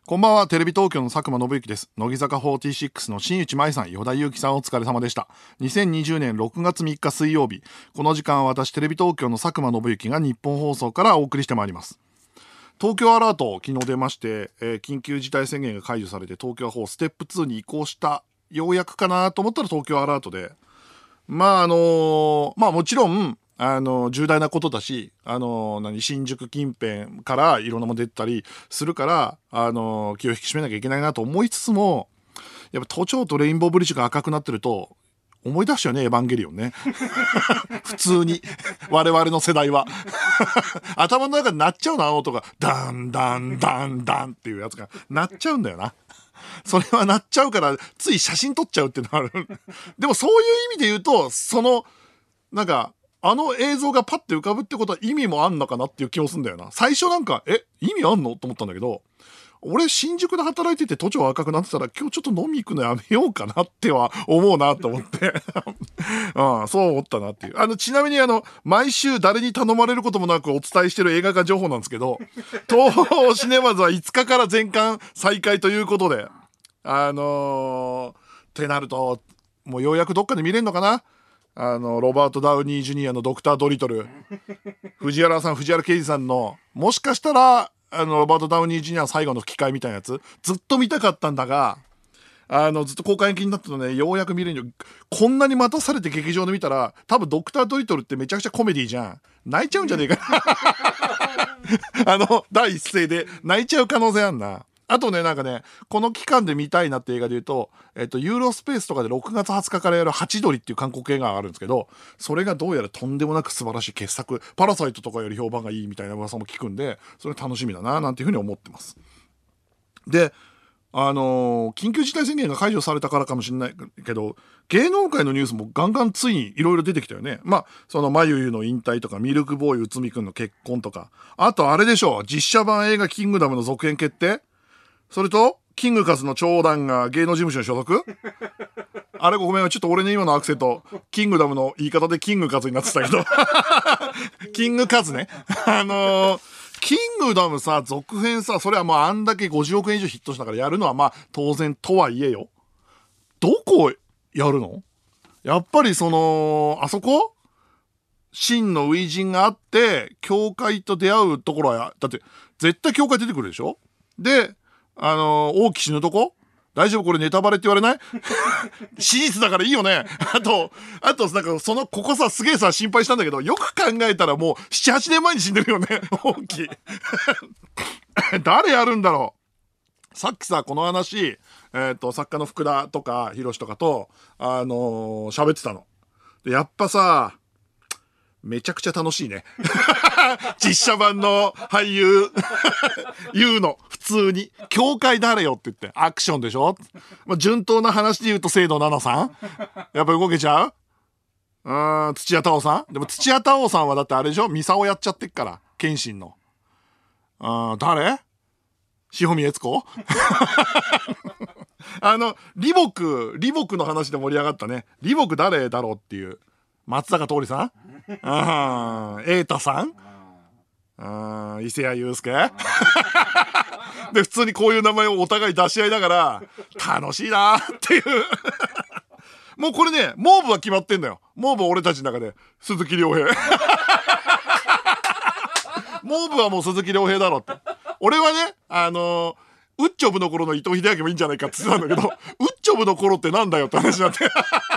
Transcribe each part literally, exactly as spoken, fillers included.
こんばんは、テレビ東京の佐久間信之です。乃木坂フォーティーシックスの新内舞さん、与田祐希さんお疲れ様でした。にせんにじゅうねんろくがつみっか水曜日、この時間は私テレビ東京の佐久間信之が日本放送からお送りしてまいります。東京アラート昨日出まして、えー、緊急事態宣言が解除されて東京はステップツーに移行したようやくかなと思ったら東京アラートで、まああのー、まあもちろんあの重大なことだし、あの何新宿近辺からいろんなもの出たりするから、あの気を引き締めなきゃいけないなと思いつつも、やっぱ都庁とレインボーブリッジが赤くなってると思い出しちゃうね、エヴァンゲリオンね普通に我々の世代は頭の中で鳴っちゃうの、あの音がダンダンダンダンっていうやつが鳴っちゃうんだよな。それは鳴っちゃうからつい写真撮っちゃうっていうのがあるでもそういう意味で言うと、そのなんかあの映像がパッて浮かぶってことは意味もあんのかなっていう気もするんだよな。最初なんかえ意味あんのと思ったんだけど、俺新宿で働いてて都庁赤くなってたら今日ちょっと飲み行くのやめようかなっては思うなと思ってああそう思ったなっていう。あのちなみにあの毎週誰に頼まれることもなくお伝えしてる映画化情報なんですけど、東宝シネマズはいつかから全館再開ということで、あのー、ってなるともうようやくどっかで見れるのかな。あのロバート・ダウニー・ジュニアのドクター・ドリトル、藤原さん藤原啓治さんのもしかしたらあのロバート・ダウニー・ジュニアの最後の機会みたいなやつずっと見たかったんだが、あのずっと公開延期になったのね、ようやく見れるよ。こんなに待たされて劇場で見たら多分ドクター・ドリトルってめちゃくちゃコメディじゃん。泣いちゃうんじゃねえかあの第一声で泣いちゃう可能性あんな。あとね、なんかね、この期間で見たいなって映画で言うと、えっと、ユーロスペースとかでろくがつはつかからやるハチドリっていう韓国映画があるんですけど、それがどうやらとんでもなく素晴らしい傑作、パラサイトとかより評判がいいみたいな噂も聞くんで、それ楽しみだな、なんていうふうに思ってます。で、あのー、緊急事態宣言が解除されたからかもしれないけど、芸能界のニュースもガンガンついにいろいろ出てきたよね。まあ、そのまゆゆの引退とか、ミルクボーイ内海くんの結婚とか、あとあれでしょう、実写版映画キングダムの続編決定？それとキングカズの長男が芸能事務所に所属あれごめん、ちょっと俺の今のアクセントキングダムの言い方でキングカズになってたけどキングカズねあのー、キングダムさ続編さ、それはもうあんだけごじゅうおくえん以上ヒットしたからやるのはまあ当然とはいえよ、どこやるの？やっぱりそのあそこ真の初陣があって教会と出会うところはだって絶対教会出てくるでしょ。であのー、王騎死ぬとこ大丈夫？これネタバレって言われない史実だからいいよね。あとあとなんかそのここさすげえさ心配したんだけど、よく考えたらもうななはちねんまえに死んでるよね王騎誰やるんだろう。さっきさこの話、えー、と作家の福田とかひろしとかとあのー、喋ってたので、やっぱさめちゃくちゃ楽しいね実写版の俳優言うの普通に教会誰よって言ってアクションでしょ、まあ、順当な話で言うと清野菜名さんやっぱ動けちゃう。うーん土屋太鳳さんでも土屋太鳳さんはだってあれでしょ、ミサオやっちゃってっから謙信の。あ誰志保美悦子あの李牧李牧の話で盛り上がったね。李牧誰だろうっていう、松坂桃李さんあ瑛太さんあ伊勢谷友介で普通にこういう名前をお互い出し合いながら楽しいなっていうもうこれねモーブは決まってんだよ。モーブは俺たちの中で鈴木亮平モーブはもう鈴木亮平だろって。俺はねあのー、ウッチョブの頃の伊藤英明もいいんじゃないかって言ってたんだけどウッチョブの頃ってなんだよって話になって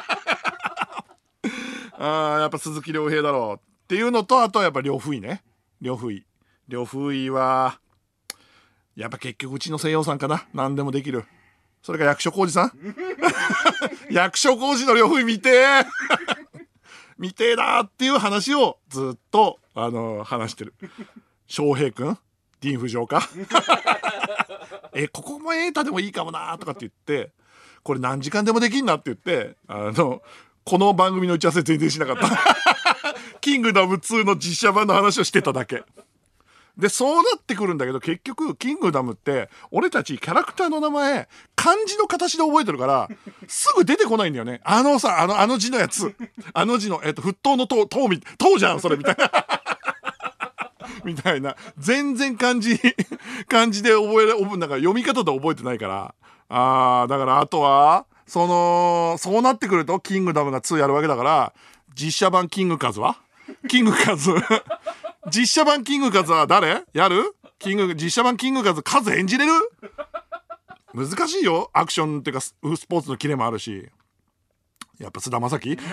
あやっぱ鈴木亮平だろうっていうのと、あとはやっぱ呂不韋ね。呂不韋呂不韋はやっぱ結局うちの西洋さんかな、何でもできる。それから役所広司さん役所広司の呂不韋見てー見てーなーっていう話をずっと、あのー、話してる。翔平くんディーン・フジオカえここも瑛太でもいいかもなーとかって言って、これ何時間でもできんなって言って、あのこの番組の打ち合わせ全然しなかったキングダムツーの実写版の話をしてただけで、そうなってくるんだけど結局キングダムって俺たちキャラクターの名前漢字の形で覚えてるからすぐ出てこないんだよね。あのさあのあの字のやつあの字の、えっと、沸騰の塔塔み塔じゃんそれみたいなみたいな全然漢字感じで覚える、覚え、なんか読み方で覚えてないから。あー、だからあとは、その、そうなってくると、キングダムがツーやるわけだから、実写版キングカズはキングカズ実写版キングカズは誰やるキング、実写版キングカズ、カズ演じれる難しいよ。アクションっていうか、スポーツのキレもあるし。やっぱ菅田将暉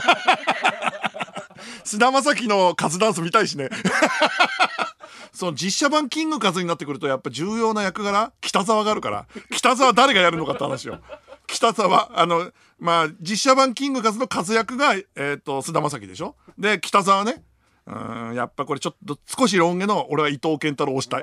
菅田将暉のカズダンス見たいしねその実写版キングカズになってくるとやっぱ重要な役柄北沢があるから、北沢誰がやるのかって話よ。北沢あのまあ実写版キングカズのカズ役がえっ、ー、と菅田将暉でしょ。で北沢ね、うーんやっぱこれちょっと少しロン毛の俺は伊藤健太郎をしたい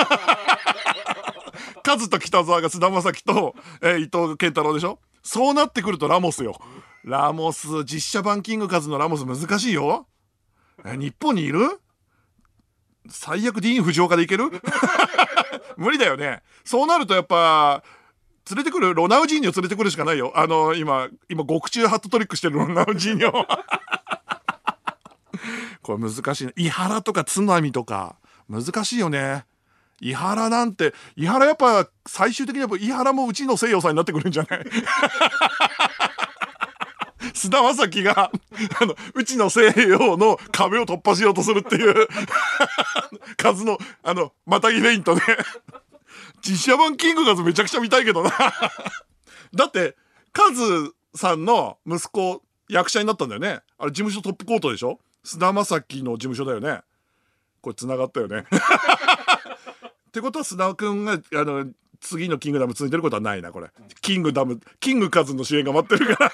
カズと北沢が菅田将暉と、えー、伊藤健太郎でしょ。そうなってくるとラモスよ。ラモス実写版キングカズのラモス難しいよ。え日本にいる？最悪ディーン・フジオカでいける無理だよね。そうなるとやっぱ連れてくるロナウジーニョ連れてくるしかないよ。あの今今獄中ハットトリックしてるロナウジーニョこれ難しいね。伊原とか津波とか難しいよね。伊原なんて伊原やっぱ最終的にやっぱ伊原もうちの西洋さんになってくるんじゃない菅田将暉があのうちの西洋の壁を突破しようとするっていう数のあのまたぎフェイントで実写版キングカズめちゃくちゃ見たいけどなだってカズさんの息子役者になったんだよね。あれ事務所トップコートでしょ。菅田将暉の事務所だよね。これ繋がったよねってことは菅田君があの次のキングダム続いてることはないな。これキングダムキングカズの主演が待ってるから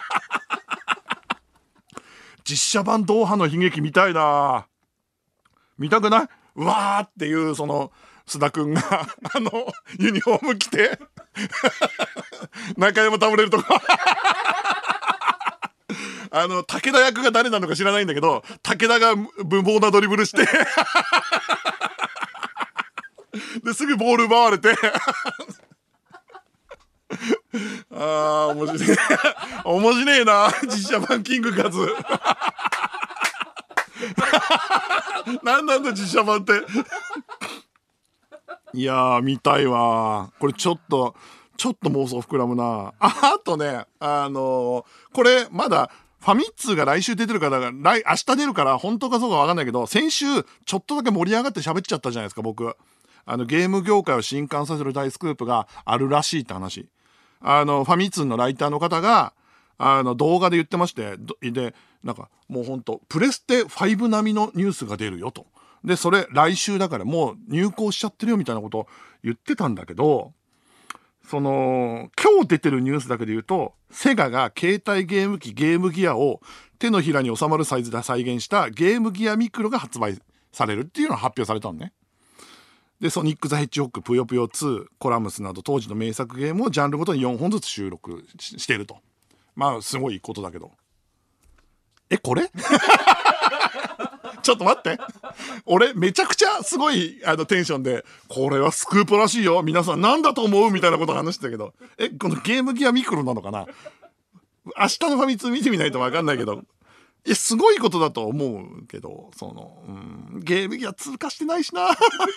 実写版ドーハの悲劇見たいな。見たくない？うわーっていうその須田くんがあのユニフォーム着て中山倒れるとかあの武田役が誰なのか知らないんだけど、武田が無謀なドリブルしてですぐボール奪われてあー面白い面白いな実写版キングカズなんなんだ実写版っていやー見たいわ。これちょっとちょっと妄想膨らむな。あ, あとねあのー、これまだファミッツーが来週出てるから来明日出るから本当かそうか分かんないけど、先週ちょっとだけ盛り上がって喋っちゃったじゃないですか。僕あのゲーム業界を震撼させる大スクープがあるらしいって話、あのファミ通のライターの方があの動画で言ってまして、でなんかもうほんとプレステファイブ並みのニュースが出るよと。でそれ来週だからもう入稿しちゃってるよみたいなことを言ってたんだけど、その今日出てるニュースだけで言うと、セガが携帯ゲーム機ゲームギアを手のひらに収まるサイズで再現したゲームギアミクロが発売されるっていうのが発表されたのね。でソニック・ザ・ヘッジホッグ、ぷよぷよツー、コラムスなど当時の名作ゲームをジャンルごとによんほんずつ収録 し, してると。まあすごいことだけど、えこれちょっと待って、俺めちゃくちゃすごいあのテンションでこれはスクープらしいよ皆さん何だと思うみたいなことを話してたけど、えこのゲームギアミクロなのかな。明日のファミ通見てみないと分かんないけど、いやすごいことだと思うけど、その、うん、ゲームギア通過してないしな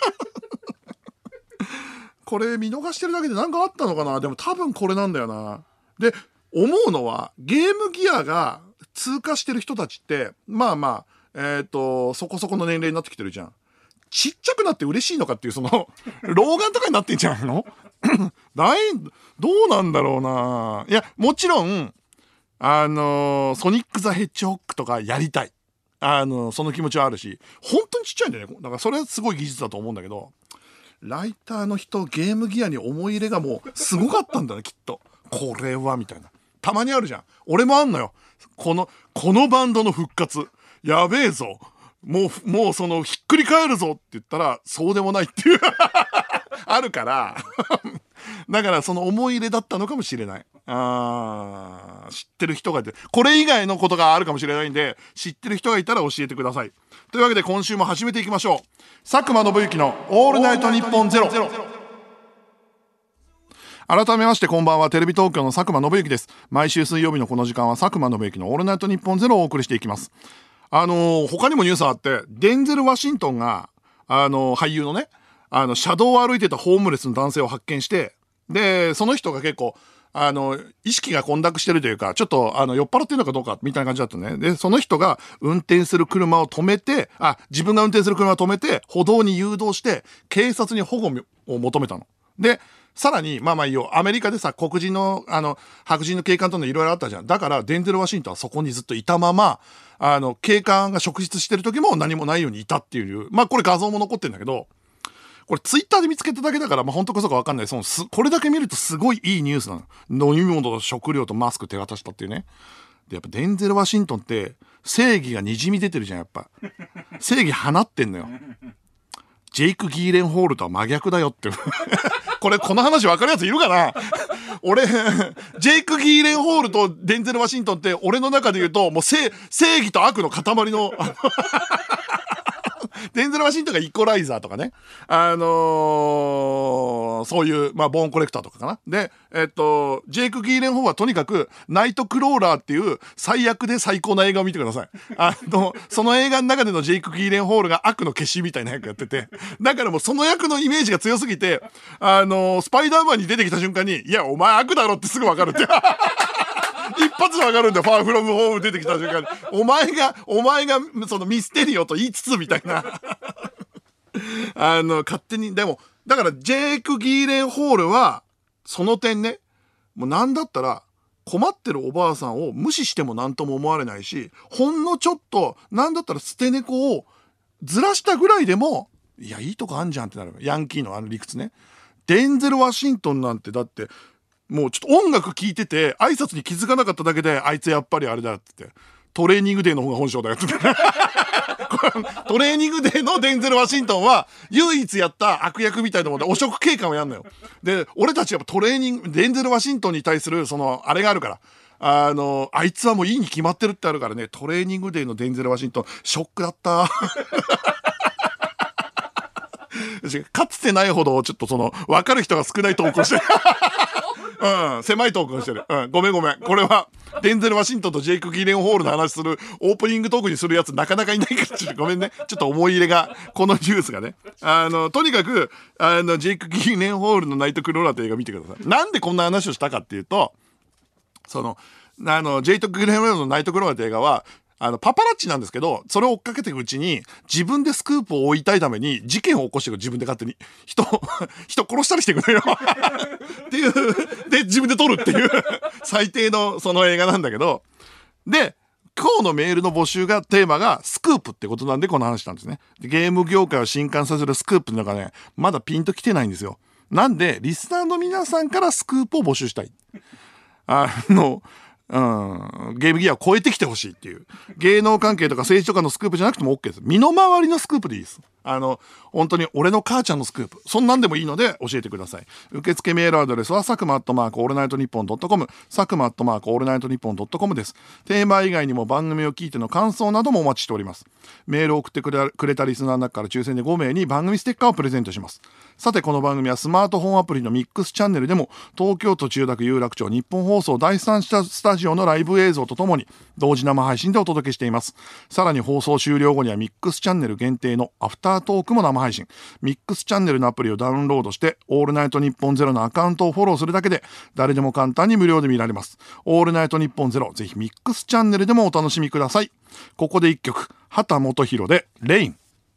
これ見逃してるだけで何かあったのかな。でも多分これなんだよな。で思うのはゲームギアが通過してる人たちってまあまあえっとそこそこの年齢になってきてるじゃん。ちっちゃくなって嬉しいのかっていうその老眼とかになってんじゃんのだいどうなんだろうな。いやもちろんあのー、ソニック・ザ・ヘッジホッグとかやりたい、あのー、その気持ちはあるし、本当にちっちゃいんだよね。だからそれはすごい技術だと思うんだけど、ライターの人ゲームギアに思い入れがもうすごかったんだねきっと。これはみたいなたまにあるじゃん。俺もあんのよ。このこのバンドの復活やべえぞ、もうもうそのひっくり返るぞって言ったらそうでもないっていうあるからだからその思い入れだったのかもしれない。あー知ってる人がいて、これ以外のことがあるかもしれないんで、知ってる人がいたら教えてください。というわけで今週も始めていきましょう。佐久間信之のオールナイトニッポンゼロ。改めましてこんばんは、テレビ東京の佐久間信之です。毎週水曜日のこの時間は佐久間信之のオールナイトニッポンゼロをお送りしていきます。あのー、他にもニュースあって、デンゼル・ワシントンがあのー、俳優のねあの車道を歩いてたホームレスの男性を発見して、でその人が結構あの意識が混濁してるというか、ちょっとあの酔っ払ってるのかどうかみたいな感じだったね。でその人が運転する車を止めて、あ自分が運転する車を止めて歩道に誘導して警察に保護を求めたの。でさらにまあまあいいよ、アメリカでさ黒人のあの白人の警官とのいろいろあったじゃん。だからデンゼル・ワシントンはそこにずっといたまま、あの警官が職質してる時も何もないようにいたっていう、まあこれ画像も残ってるんだけど、これツイッターで見つけただけだから、まあ、本当かそうか分かんない。そのすこれだけ見るとすごいいいニュースなの。飲み物と食料とマスク手渡したっていうね。でやっぱデンゼル・ワシントンって正義がにじみ出てるじゃん。やっぱ正義放ってんのよ。ジェイク・ギーレンホールとは真逆だよってこれこの話分かるやついるかな俺ジェイク・ギーレンホールとデンゼル・ワシントンって俺の中で言うともう正義と悪の塊のデンゼル・ワシントンがイコライザーとかね、あのー、そういう、まあ、ボーンコレクターとかかな。で、えっと、ジェイク・ギーレンホーはとにかく、ナイト・クローラーっていう最悪で最高な映画を見てください。あの、その映画の中でのジェイク・ギーレンホールが悪の消しみたいな役やってて、だからもうその役のイメージが強すぎて、あのー、スパイダーマンに出てきた瞬間に、いや、お前悪だろってすぐわかるって。一発でわかるんだよ。ファーフロムホーム出てきた瞬間にお前がお前がそのミステリオと言いつつみたいなあの勝手に。でもだからジェイク・ギーレンホールはその点ね、もうなんだったら困ってるおばあさんを無視しても何とも思われないし、ほんのちょっとなんだったら捨て猫をずらしたぐらいでもいやいいとこあんじゃんってなる。ヤンキーのあの理屈ね。デンゼル・ワシントンなんてだってもうちょっと音楽聴いてて挨拶に気づかなかっただけであいつやっぱりあれだって言って、トレーニングデーの方が本性だよってトレーニングデーのデンゼル・ワシントンは唯一やった悪役みたいなもので汚職警官をやんのよ。で俺たちやっぱトレーニングデンゼル・ワシントンに対するそのあれがあるから、あのあいつはもういいに決まってるってあるからね。トレーニングデーのデンゼル・ワシントンショックだったかつてないほどちょっとその分かる人が少ない投稿してるうん、狭いトークをしてる、うん、ごめんごめん。これはデンゼル・ワシントンとジェイク・ギーレンホールの話するオープニングトークにするやつなかなかいないからちょっとごめんね。ちょっと思い入れがこのニュースがね、あのとにかくあのジェイク・ギーレンホールのナイト・クローラーという映画見てください。なんでこんな話をしたかっていうと、そのあのジェイク・ギーレンホールのナイト・クローラーという映画はあのパパラッチなんですけど、それを追っかけていくうちに自分でスクープを追いたいために事件を起こしていく。自分で勝手に人人殺したりしていくのよっていうで自分で撮るっていう最低のその映画なんだけど、で今日のメールの募集がテーマがスクープってことなんでこの話なんですね。でゲーム業界を震撼させるスクープの中ね、まだピンときてないんですよ。なんでリスナーの皆さんからスクープを募集したい。あのうん、ゲームギアを超えてきてほしいっていう、芸能関係とか政治とかのスクープじゃなくても OK です。身の回りのスクープでいいです。あの本当に俺の母ちゃんのスクープ、そんなんでもいいので教えてください。受付メールアドレスはサクマットマークオールナイトニッポンドットコム、サクマットマークオールナイトニッポンドットコムです。テーマ以外にも番組を聞いての感想などもお待ちしております。メールを送ってくれ、くれたリスナーの中から抽選でご名に番組ステッカーをプレゼントします。さてこの番組はスマートフォンアプリのミックスチャンネルでも東京都千代田区有楽町日本放送第三スタジオのライブ映像とともに同時生配信でお届けしています。さらに放送終了後にはミックスチャンネル限定のアフタートークも生配信。ミックスチャンネルのアプリをダウンロードしてオールナイトニッポンゼロのアカウントをフォローするだけで誰でも簡単に無料で見られます。オールナイトニッポンゼロ、ぜひミックスチャンネルでもお楽しみください。ここで一曲、畑基博でレイン。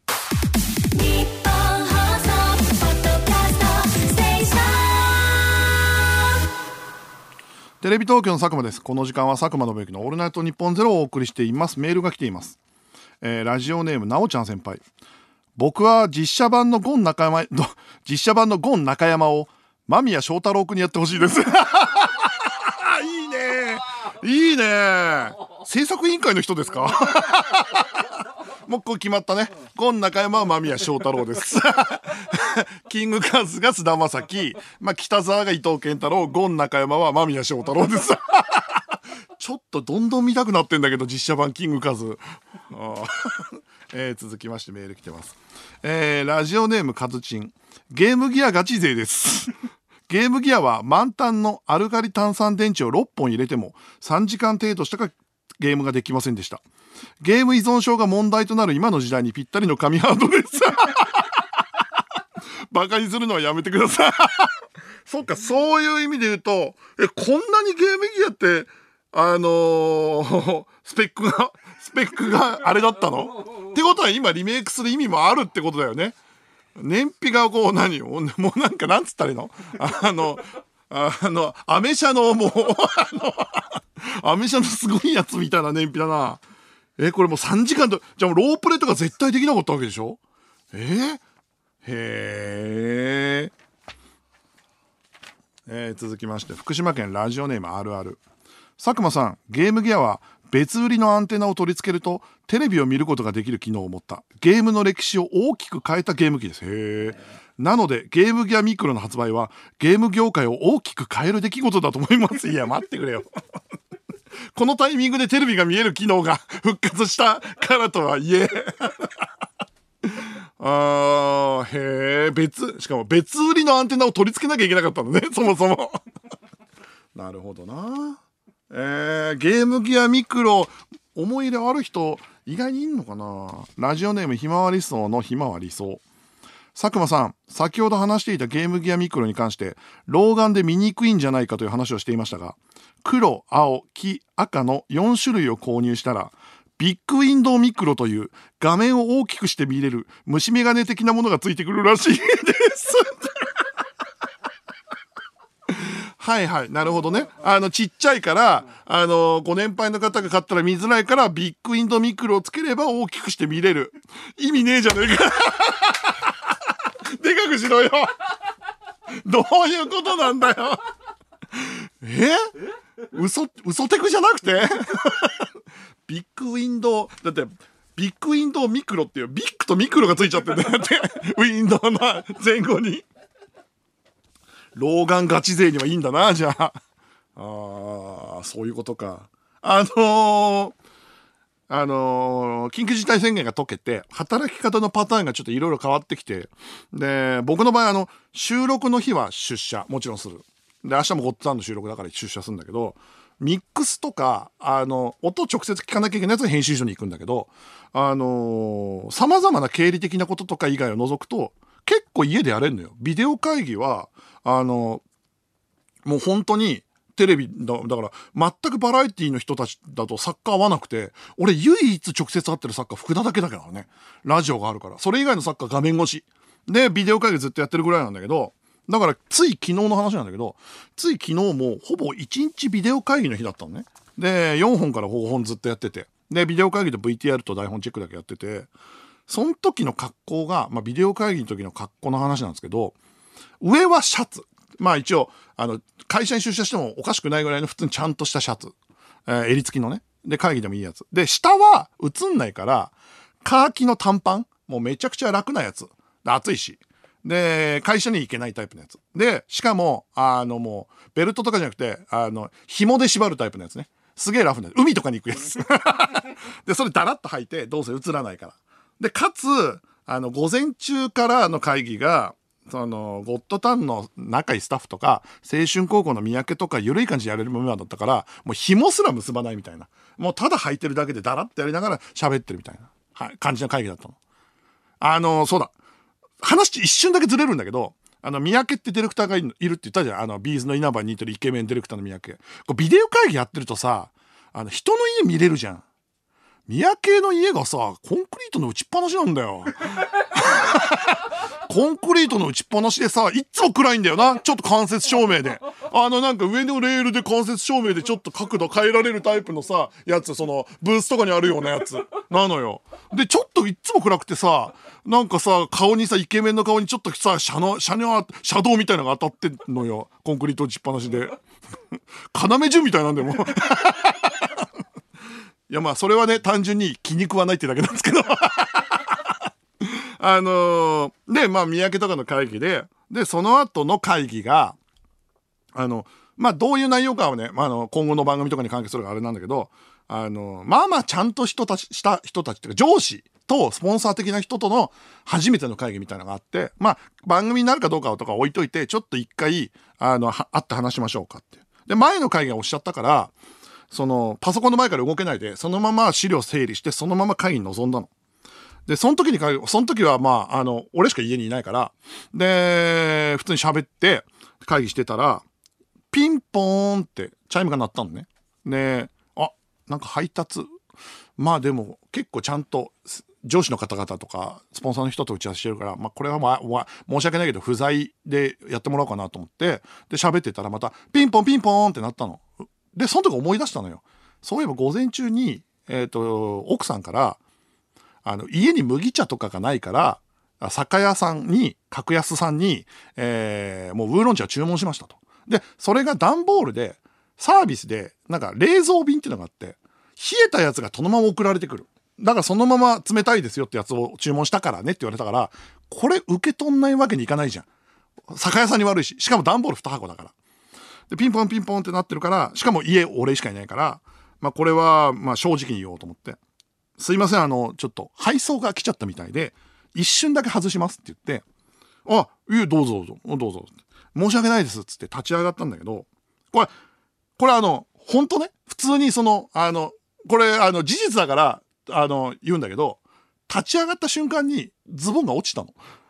テレビ東京の佐久間です。この時間は佐久間信之のオールナイトニッポンゼロをお送りしています。メールが来ています。えー、ラジオネームなおちゃん先輩。僕は実写版のゴン中山実写版のゴン中山を間宮祥太朗君にやってほしいですいいねいいね。制作委員会の人ですかもうこれ決まったね。ゴン中山は間宮祥太朗ですキングカズが菅田将暉、まあ、北沢が伊藤健太郎、ゴン中山は間宮祥太朗ですちょっとどんどん見たくなってんだけど実写版キングカズあえー、続きましてメール来てます。えー、ラジオネームカズチン。ゲームギアガチ勢ですゲームギアは満タンのアルカリ炭酸電池をろっぽん入れてもさんじかん程度しかゲームができませんでした。ゲーム依存症が問題となる今の時代にぴったりの神ハードですバカにするのはやめてください。そっか、そういう意味で言うと、え、こんなにゲームギアって、あのー、スペックが、スペックがあれだったのってことは今リメイクする意味もあるってことだよね。燃費がこう何を、もうなんかなんつったらいいのあの、あの、アメ車のもう、あの、アメ車のすごいやつみたいな燃費だな。え、これもうさんじかんと、じゃあもうロープレとか絶対できなかったわけでしょ？えー、へー。えー、続きまして、福島県ラジオネームあるある。佐久間さん、ゲームギアは別売りのアンテナを取り付けるとテレビを見ることができる機能を持ったゲームの歴史を大きく変えたゲーム機です。へー。なのでゲームギアミクロの発売はゲーム業界を大きく変える出来事だと思います。いや待ってくれよ。このタイミングでテレビが見える機能が復活したからとはいえあー、へー、別、しかも別売りのアンテナを取り付けなきゃいけなかったのね、そもそも。なるほどな。えー、ゲームギアミクロ、思い入れある人、意外にいんのかな。ラジオネームひまわりそうのひまわりそう。佐久間さん、先ほど話していたゲームギアミクロに関して、老眼で見にくいんじゃないかという話をしていましたが、黒、青、黄、赤のよん種類を購入したら、ビッグウィンドウミクロという画面を大きくして見れる虫眼鏡的なものがついてくるらしいです。はいはい、なるほどね。あのちっちゃいからあのご年配の方が買ったら見づらいからビッグウィンドウミクロをつければ大きくして見れる。意味ねえじゃねえか。でかくしろよ。どういうことなんだよ。え嘘嘘テクじゃなくてビッグウィンドウだってビッグウィンドウミクロっていうビッグとミクロがついちゃってんだよってウィンドウの前後に。老眼ガチ勢にはいいんだな。じゃああー、そういうことか。あのー、あのー、緊急事態宣言が解けて働き方のパターンがちょっといろいろ変わってきて、で僕の場合あの収録の日は出社もちろんする。で明日もゴッツァンの収録だから出社するんだけど、ミックスとかあの音直接聞かなきゃいけないやつは編集所に行くんだけど、あのさまざまな経理的なこととか以外を除くと結構家でやれるのよ。ビデオ会議はあのもう本当にテレビだ、だから全くバラエティの人たちだと作家合わなくて、俺唯一直接会ってる作家福田だけだからね。ラジオがあるから。それ以外の作家画面越しでビデオ会議ずっとやってるぐらいなんだけど、だからつい昨日の話なんだけど、つい昨日もほぼいちにちビデオ会議の日だったのね。でよんほんからごほんずっとやってて、でビデオ会議で ブイティーアール と台本チェックだけやってて、その時の格好が、まあ、ビデオ会議の時の格好の話なんですけど、上はシャツ、まあ一応あの会社に出社してもおかしくないぐらいの普通にちゃんとしたシャツ、えー、襟付きのね、で会議でもいいやつで、下は映んないからカーキの短パン、もうめちゃくちゃ楽なやつで、暑いし、で会社に行けないタイプのやつで、しかもあのもうベルトとかじゃなくてあの紐で縛るタイプのやつね。すげえラフな海とかに行くやつでそれダラッと履いて、どうせ映らないから。でかつあの午前中からの会議がそのゴッドタンの仲いいスタッフとか青春高校の三宅とか緩い感じでやれるメンバーだったから、もう紐すら結ばないみたいな、もうただ履いてるだけでダラッとやりながら喋ってるみたいな、はい、感じの会議だったの。あのそうだ、話一瞬だけずれるんだけど、あの三宅ってディレクターがいるって言ったじゃん。あのビーズの稲葉に似てるイケメンディレクターの三宅。こうビデオ会議やってるとさ、あの人の家見れるじゃん。三宅の家がさコンクリートの打ちっぱなしなんだよ。コンクリートの打ちっぱなしでさ、いっつも暗いんだよな。ちょっと間接照明で、あのなんか上のレールで間接照明でちょっと角度変えられるタイプのさやつ、そのブースとかにあるようなやつなのよ。でちょっといっつも暗くてさ、なんかさ顔にさイケメンの顔にちょっとさシャのシャのシャドウみたいなのが当たってんのよ。コンクリート打ちっぱなしで要潤みたいなんだよもう。いやまあそれはね単純に気に食わないってだけなんですけどあのー、でまあ三宅とかの会議で、でその後の会議があのまあどういう内容かはね、まあ、あの今後の番組とかに関係するからあれなんだけど、あのまあまあちゃんと人たちした人たちっていうか上司とスポンサー的な人との初めての会議みたいなのがあって、まあ番組になるかどうかとか置いといて、ちょっと一回あの会って話しましょうかって。で前の会議がおっしゃったから、そのパソコンの前から動けないでそのまま資料整理してそのまま会議に臨んだので、その時に会議、その時はまあ、あの、俺しか家にいないから、で、普通に喋って会議してたら、ピンポーンってチャイムが鳴ったのね。で、あ、なんか配達。まあでも結構ちゃんと上司の方々とかスポンサーの人と打ち合わせしてるから、まあこれはまあ、まあ、申し訳ないけど不在でやってもらおうかなと思って、で喋ってたらまたピンポンピンポーンってなったの。で、その時思い出したのよ。そういえば午前中に、えっと、奥さんから、あの、家に麦茶とかがないから、酒屋さんに、格安さんに、えー、もうウーロン茶を注文しましたと。で、それが段ボールで、サービスで、なんか冷蔵便っていうのがあって、冷えたやつがそのまま送られてくる。だからそのまま冷たいですよってやつを注文したからねって言われたから、これ受け取んないわけにいかないじゃん。酒屋さんに悪いし、しかも段ボールに箱だから。で、ピンポンピンポンってなってるから、しかも家俺しかいないから、まあこれは、まあ正直に言おうと思って。すいません、あの、ちょっと配送が来ちゃったみたいで、一瞬だけ外しますって言って、あ、いえ、どうぞどうぞ、どうぞ。申し訳ないですっつって立ち上がったんだけど、これ、これあの、本当ね、普通にその、あの、これあの、事実だから、あの、言うんだけど、立ち上がった瞬間にズボンが落ちたの。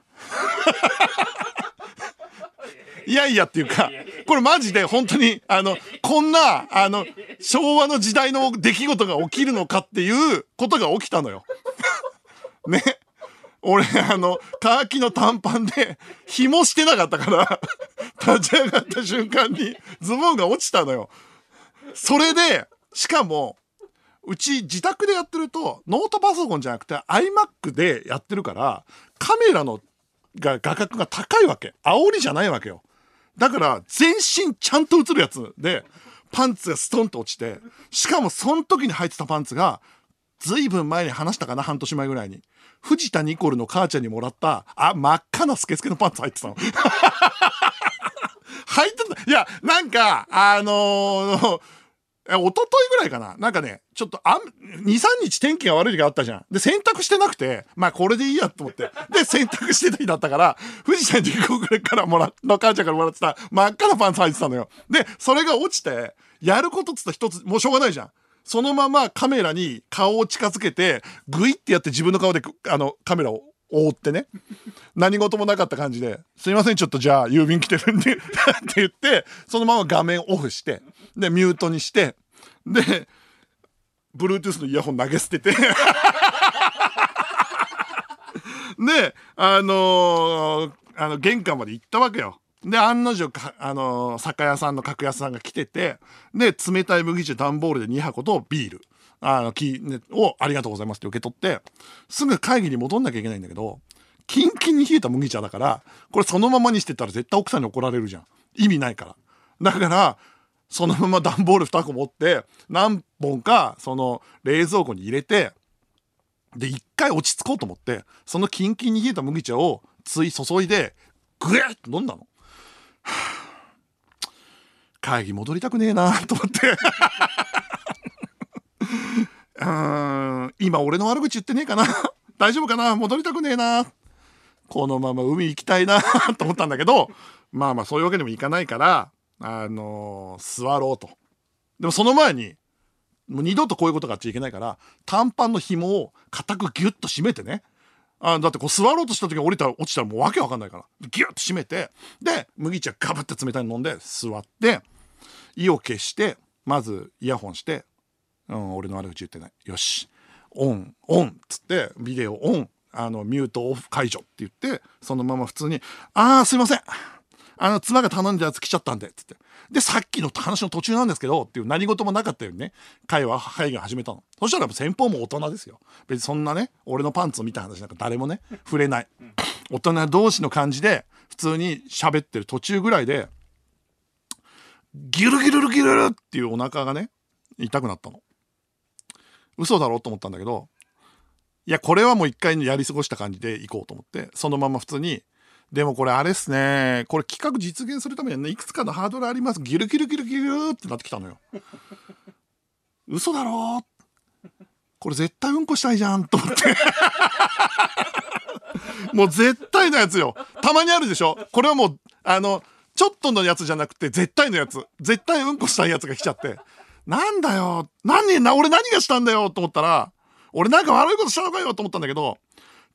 いやいやっていうか、これマジで本当に、あの、こんな、あの、昭和の時代の出来事が起きるのかっていうことが起きたのよ。ね。俺、あの、カーキの短パンで、紐してなかったから、立ち上がった瞬間にズボンが落ちたのよ。それで、しかも、うち自宅でやってると、ノートパソコンじゃなくて iMac でやってるから、カメラのが画角が高いわけ。煽りじゃないわけよ。だから全身ちゃんと映るやつでパンツがストンと落ちて、しかもその時に履いてたパンツがずいぶん前に話したかな、半年前ぐらいに藤田ニコルの母ちゃんにもらったあ真っ赤なスケスケのパンツ履いてたの。履いてた。いやなんかあのー一昨日ぐらいかな、なんかねちょっとあにさんにち天気が悪い時があったじゃん。で洗濯してなくて、まあこれでいいやと思ってで洗濯してた日だったから、藤田ニコルからもらの母ちゃんからもらってた真っ赤なパンツ履いてたのよ。でそれが落ちて、やることっつったら一つもうしょうがないじゃん。そのままカメラに顔を近づけてグイってやって自分の顔であのカメラを覆ってね、何事もなかった感じで、すいませんちょっとじゃあ郵便来てるんでって言って、そのまま画面オフして、でミュートにして、で Bluetooth のイヤホン投げ捨ててであのー、あの玄関まで行ったわけよ。で案の定か、あのー、酒屋さんの格安さんが来てて、で冷たい麦茶段ボールでに箱とビールあのき、ね、をありがとうございますって受け取って、すぐ会議に戻んなきゃいけないんだけど、キンキンに冷えた麦茶だから、これそのままにしてたら絶対奥さんに怒られるじゃん。意味ないから。だからそのまま段ボールにこ持って何本かその冷蔵庫に入れて、で一回落ち着こうと思って、そのキンキンに冷えた麦茶をつい注いでグエッと飲んだの。会議戻りたくねえなと思ってうーん、今俺の悪口言ってねえかな大丈夫かな、戻りたくねえな、このまま海行きたいなと思ったんだけど、まあまあそういうわけでもいかないから、あのー、座ろうと。でもその前にもう二度とこういうことがあっちゃいけないから、短パンの紐を固くギュッと締めてね、あだってこう座ろうとした時に降りたら落ちたらもうわけわかんないから、ギュッと締めて、で麦茶ガブって冷たいの飲んで座って意を決して、まずイヤホンして、うん、俺の悪口言ってない、よしオンオンっつってビデオオン、あのミュートオフ解除って言って、そのまま普通にあーすいません、あの妻が頼んだやつ来ちゃったんでっつって、でさっきの話の途中なんですけどっていう何事もなかったようにね、会話会議を始めたの。そしたら先方も大人ですよ。別にそんなね俺のパンツを見た話なんか誰もね触れない、大人同士の感じで普通に喋ってる途中ぐらいでギュルギュルギュルルっていうお腹がね痛くなったの。嘘だろうと思ったんだけど、いやこれはもう一回やり過ごした感じで行こうと思って、そのまま普通に、でもこれあれっすね、これ企画実現するためにはねいくつかのハードルあります、ギュルギュルギュルギュルってなってきたのよ。嘘だろ、これ絶対うんこしたいじゃんと思ってもう絶対のやつよ。たまにあるでしょ、これはもうあのちょっとのやつじゃなくて絶対のやつ、絶対うんこしたいやつが来ちゃって、なんだよ何な俺何がしたんだよと思ったら、俺なんか悪いことしたのかよと思ったんだけど、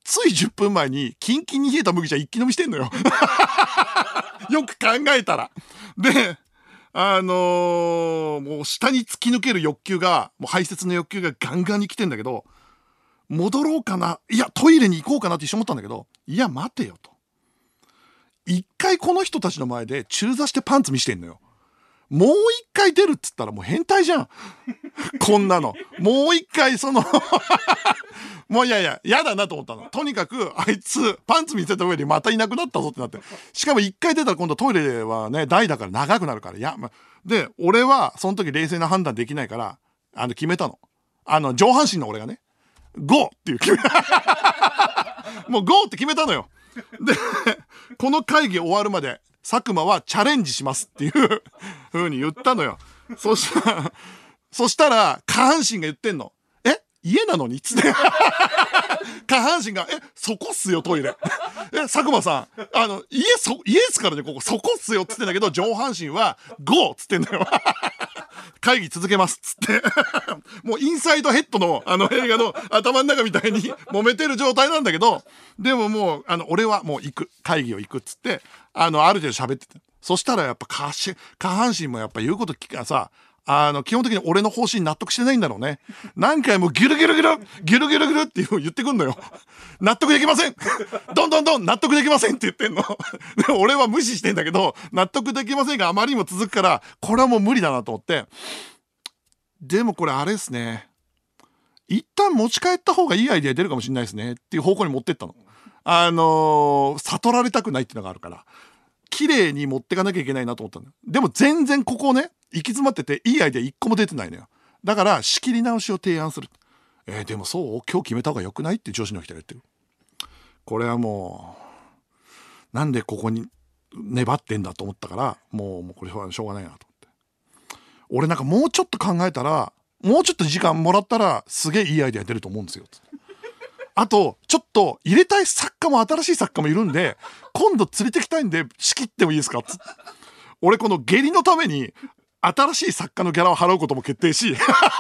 ついじゅっぷんまえにキンキンに冷えた麦茶一気飲みしてんのよ。よく考えたら。で、あのー、もう下に突き抜ける欲求が、もう排泄の欲求がガンガンに来てんだけど、戻ろうかな、いやトイレに行こうかなって一瞬思ったんだけど、いや待てよと。一回この人たちの前で中座してパンツ見してんのよ。もう一回出るっつったらもう変態じゃん。こんなの。もう一回そのもういやいや、やだなと思ったの。とにかく、あいつ、パンツ見せた上でまたいなくなったぞってなって。しかも一回出たら今度トイレはね、台だから長くなるから。いや、ま、で、俺はその時冷静な判断できないから、あの、決めたの。あの、上半身の俺がね、ゴーっていう決め、もうゴーって決めたのよ。で、この会議終わるまで、佐久間はチャレンジしますっていう風に言ったのよ。そしたら、そしたら、下半身が言ってんの。え家なのにつって。下半身が、え、そこっすよ、トイレ。え、佐久間さん、あの、家、そ、家ですからね、ここ、そこっすよ、つってんだけど、上半身は、ゴーっつってんだよ。会議続けます、つって。もう、インサイドヘッドの、あの映画の頭の中みたいに揉めてる状態なんだけど、でももう、あの、俺はもう行く、会議を行く、っつって、あの、ある程度喋ってた。そしたらやっぱ下し、下半身もやっぱ言うこと聞くからさ、あの、基本的に俺の方針納得してないんだろうね。何回もギュルギュルギュル、ギュルギュルギュルって言ってくんのよ。納得できません。どんどんどん納得できませんって言ってんの。でも俺は無視してんだけど、納得できませんがあまりにも続くから、これはもう無理だなと思って。でもこれあれですね。一旦持ち帰った方がいいアイデア出るかもしれないですね。っていう方向に持ってったの。あのー、悟られたくないっていうのがあるから。綺麗に持ってかなきゃいけないなと思ったんだよ。でも全然ここね、行き詰まってていいアイデア一個も出てないのよ。だから仕切り直しを提案する。えー、でもそう今日決めた方が良くないって上司の人が言ってる。これはもうなんでここに粘ってんだと思ったから、もうもうこれはしょうがないなと思って。俺なんかもうちょっと考えたら、もうちょっと時間もらったらすげえいいアイデア出ると思うんですよ。あとちょっと入れたい作家も新しい作家もいるんで、今度連れてきたいんで仕切ってもいいですかっつって。俺この下痢のために新しい作家のギャラを払うことも決定し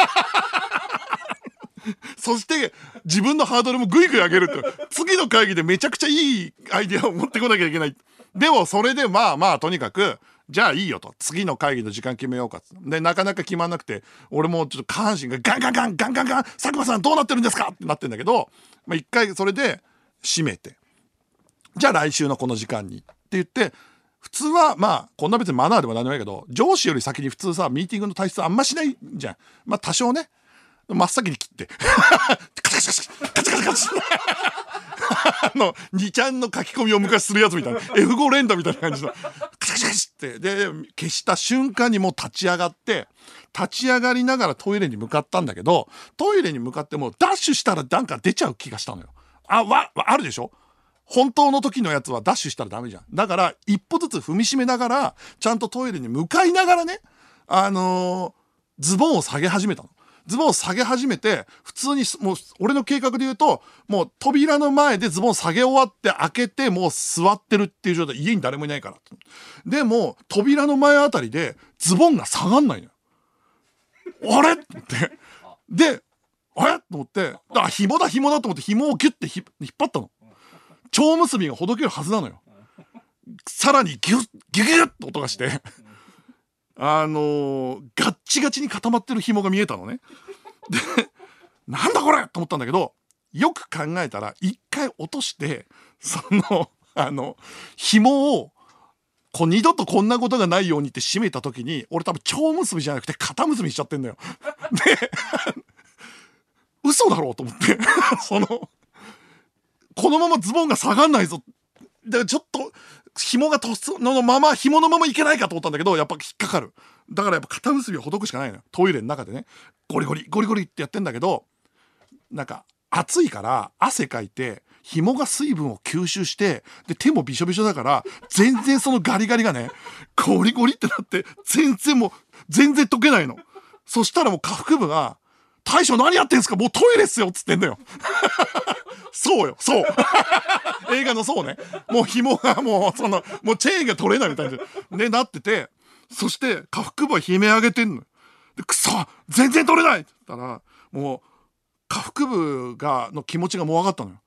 そして自分のハードルもグイグイ上げるって、次の会議でめちゃくちゃいいアイデアを持ってこなきゃいけない。でもそれでまあまあとにかくじゃあいいよと、次の会議の時間決めようかっつって。でなかなか決まんなくて、俺もちょっと下半身がガンガンガンガンガンガン、佐久間さんどうなってるんですかってなってんだけど、まあ一回それで締めて、じゃあ来週のこの時間にって言って、普通はまあこんな別にマナーでも何でもないけど、上司より先に普通さミーティングの体質あんましないじゃん。まあ多少ね、真っ先に切ってカチカチカチカチカチカチあのにちゃんの書き込みを昔するやつみたいな エフファイブ 連打みたいな感じのカチカチカチってで消した瞬間にもう立ち上がって、立ち上がりながらトイレに向かったんだけど、トイレに向かってもダッシュしたらなんか出ちゃう気がしたのよ。あわあるでしょ、本当の時のやつはダッシュしたらダメじゃん。だから一歩ずつ踏みしめながらちゃんとトイレに向かいながらね、あのー、ズボンを下げ始めたの。ズボンを下げ始めて、普通にもう俺の計画で言うと、もう扉の前でズボン下げ終わって開けてもう座ってるっていう状態、家に誰もいないから。でも扉の前あたりでズボンが下がんないのよ。あれってで、あれと思って、あ紐だ紐だと思って紐をギュッて引っ張ったの。蝶結びがほどけるはずなのよ。さらにギュッギュギュッと音がしてあのー、ガッチガチに固まってる紐が見えたのね。でなんだこれと思ったんだけど、よく考えたら一回落としてそのあの紐をこう二度とこんなことがないようにって締めた時に、俺多分蝶結びじゃなくて肩結びしちゃってんだよ。で嘘だろうと思ってそのこのままズボンが下がんないぞ、でちょっと紐がとすのまま紐のままいけないかと思ったんだけど、やっぱ引っかかる。だからやっぱ肩結びをほどくしかないのよ。トイレの中でねゴリゴリゴリゴリってやってんだけど、なんか暑いから汗かいて紐が水分を吸収して、で手もびしょびしょだから全然そのガリガリがねゴリゴリってなって全然もう全然溶けないの。そしたらもう下腹部が大将何やってんすかもうトイレっすよっつってんだよそうよそう映画のそうね、もう紐がもうそのもうチェーンが取れないみたいなねなってて、そして下腹部は悲鳴上げてんの。でくそ全然取れないって言ったら、もう下腹部がの気持ちがもう分かったのよ。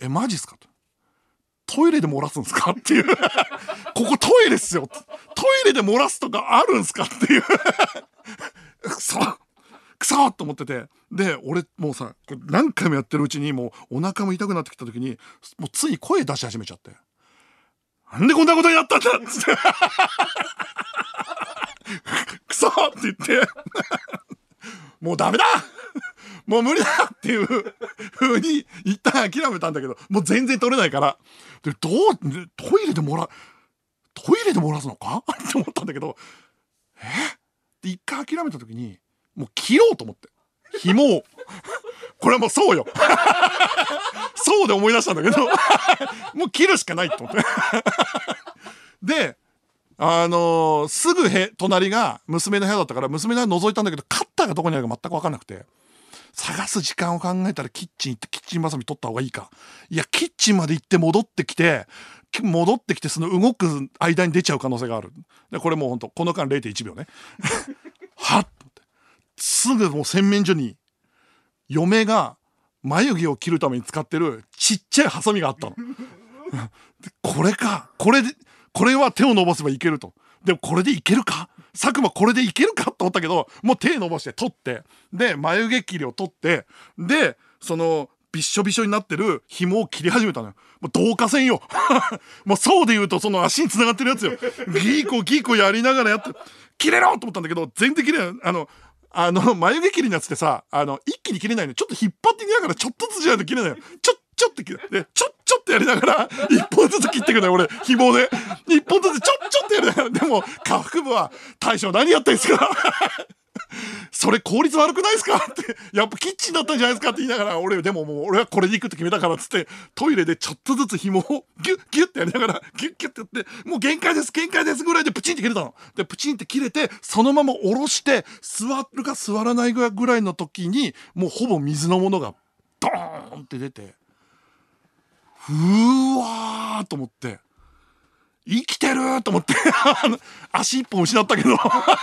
えマジっすかと、トイレで漏らすんですかっていうここトイレっすよ、トイレで漏らすとかあるんすかっていうくそくそと思ってて、で俺もうさこれ何回もやってるうちにもうお腹も痛くなってきた時にもうつい声出し始めちゃって、なんでこんなことやったんだっつってくそって言ってもうダメだもう無理だっていう風に一旦諦めたんだけど、もう全然取れないから、でどうトイレで漏らトイレで漏らすのかって思ったんだけど、えで一回諦めた時にもう切ろうと思って紐をこれはもうそうよそうで思い出したんだけどもう切るしかないと思ってであのー、すぐへ隣が娘の部屋だったから娘の部屋覗いたんだけど、カッターがどこにあるか全く分かんなくて、探す時間を考えたらキッチン行ってキッチンバサミ取った方がいいか、いやキッチンまで行って戻ってきて戻ってきてその動く間に出ちゃう可能性がある。でこれもうほんとこの間 れいてんいちびょうねはっと思ってすぐもう洗面所に嫁が眉毛を切るために使ってるちっちゃいハサミがあったのでこれかこれでこれは手を伸ばせばいけると、でもこれでいけるか佐久間これでいけるかと思ったけど、もう手伸ばして取ってで眉毛切りを取ってでそのびっしょびしょになってる紐を切り始めたのよ。もう導火線よもうそうで言うとその足に繋がってるやつよギーコギーコやりながらやって切れろと思ったんだけど全然切れない。あのあの眉毛切りのやつってさ、あの一気に切れないの、ちょっと引っ張ってみながらちょっとずつじゃないと切れないよ。ちょちょって切れでちょちょってやりながら一本ずつ切ってくのよ俺紐で一本ずつちょちょってやりながら、でも下腹部は大将何やってんすかそれ効率悪くないですかってやっぱキッチンだったんじゃないですかって言いながら、俺でももう俺はこれで行くって決めたからっつってトイレでちょっとずつ紐をギュッギュッってやりながらギュッギュッってやってもう限界です限界ですぐらいでプチンって切れたの。でプチンって切れてそのまま下ろして座るか座らないぐらいの時にもうほぼ水のものがドーンって出て、うーわーと思って生きてると思って足一本失ったけど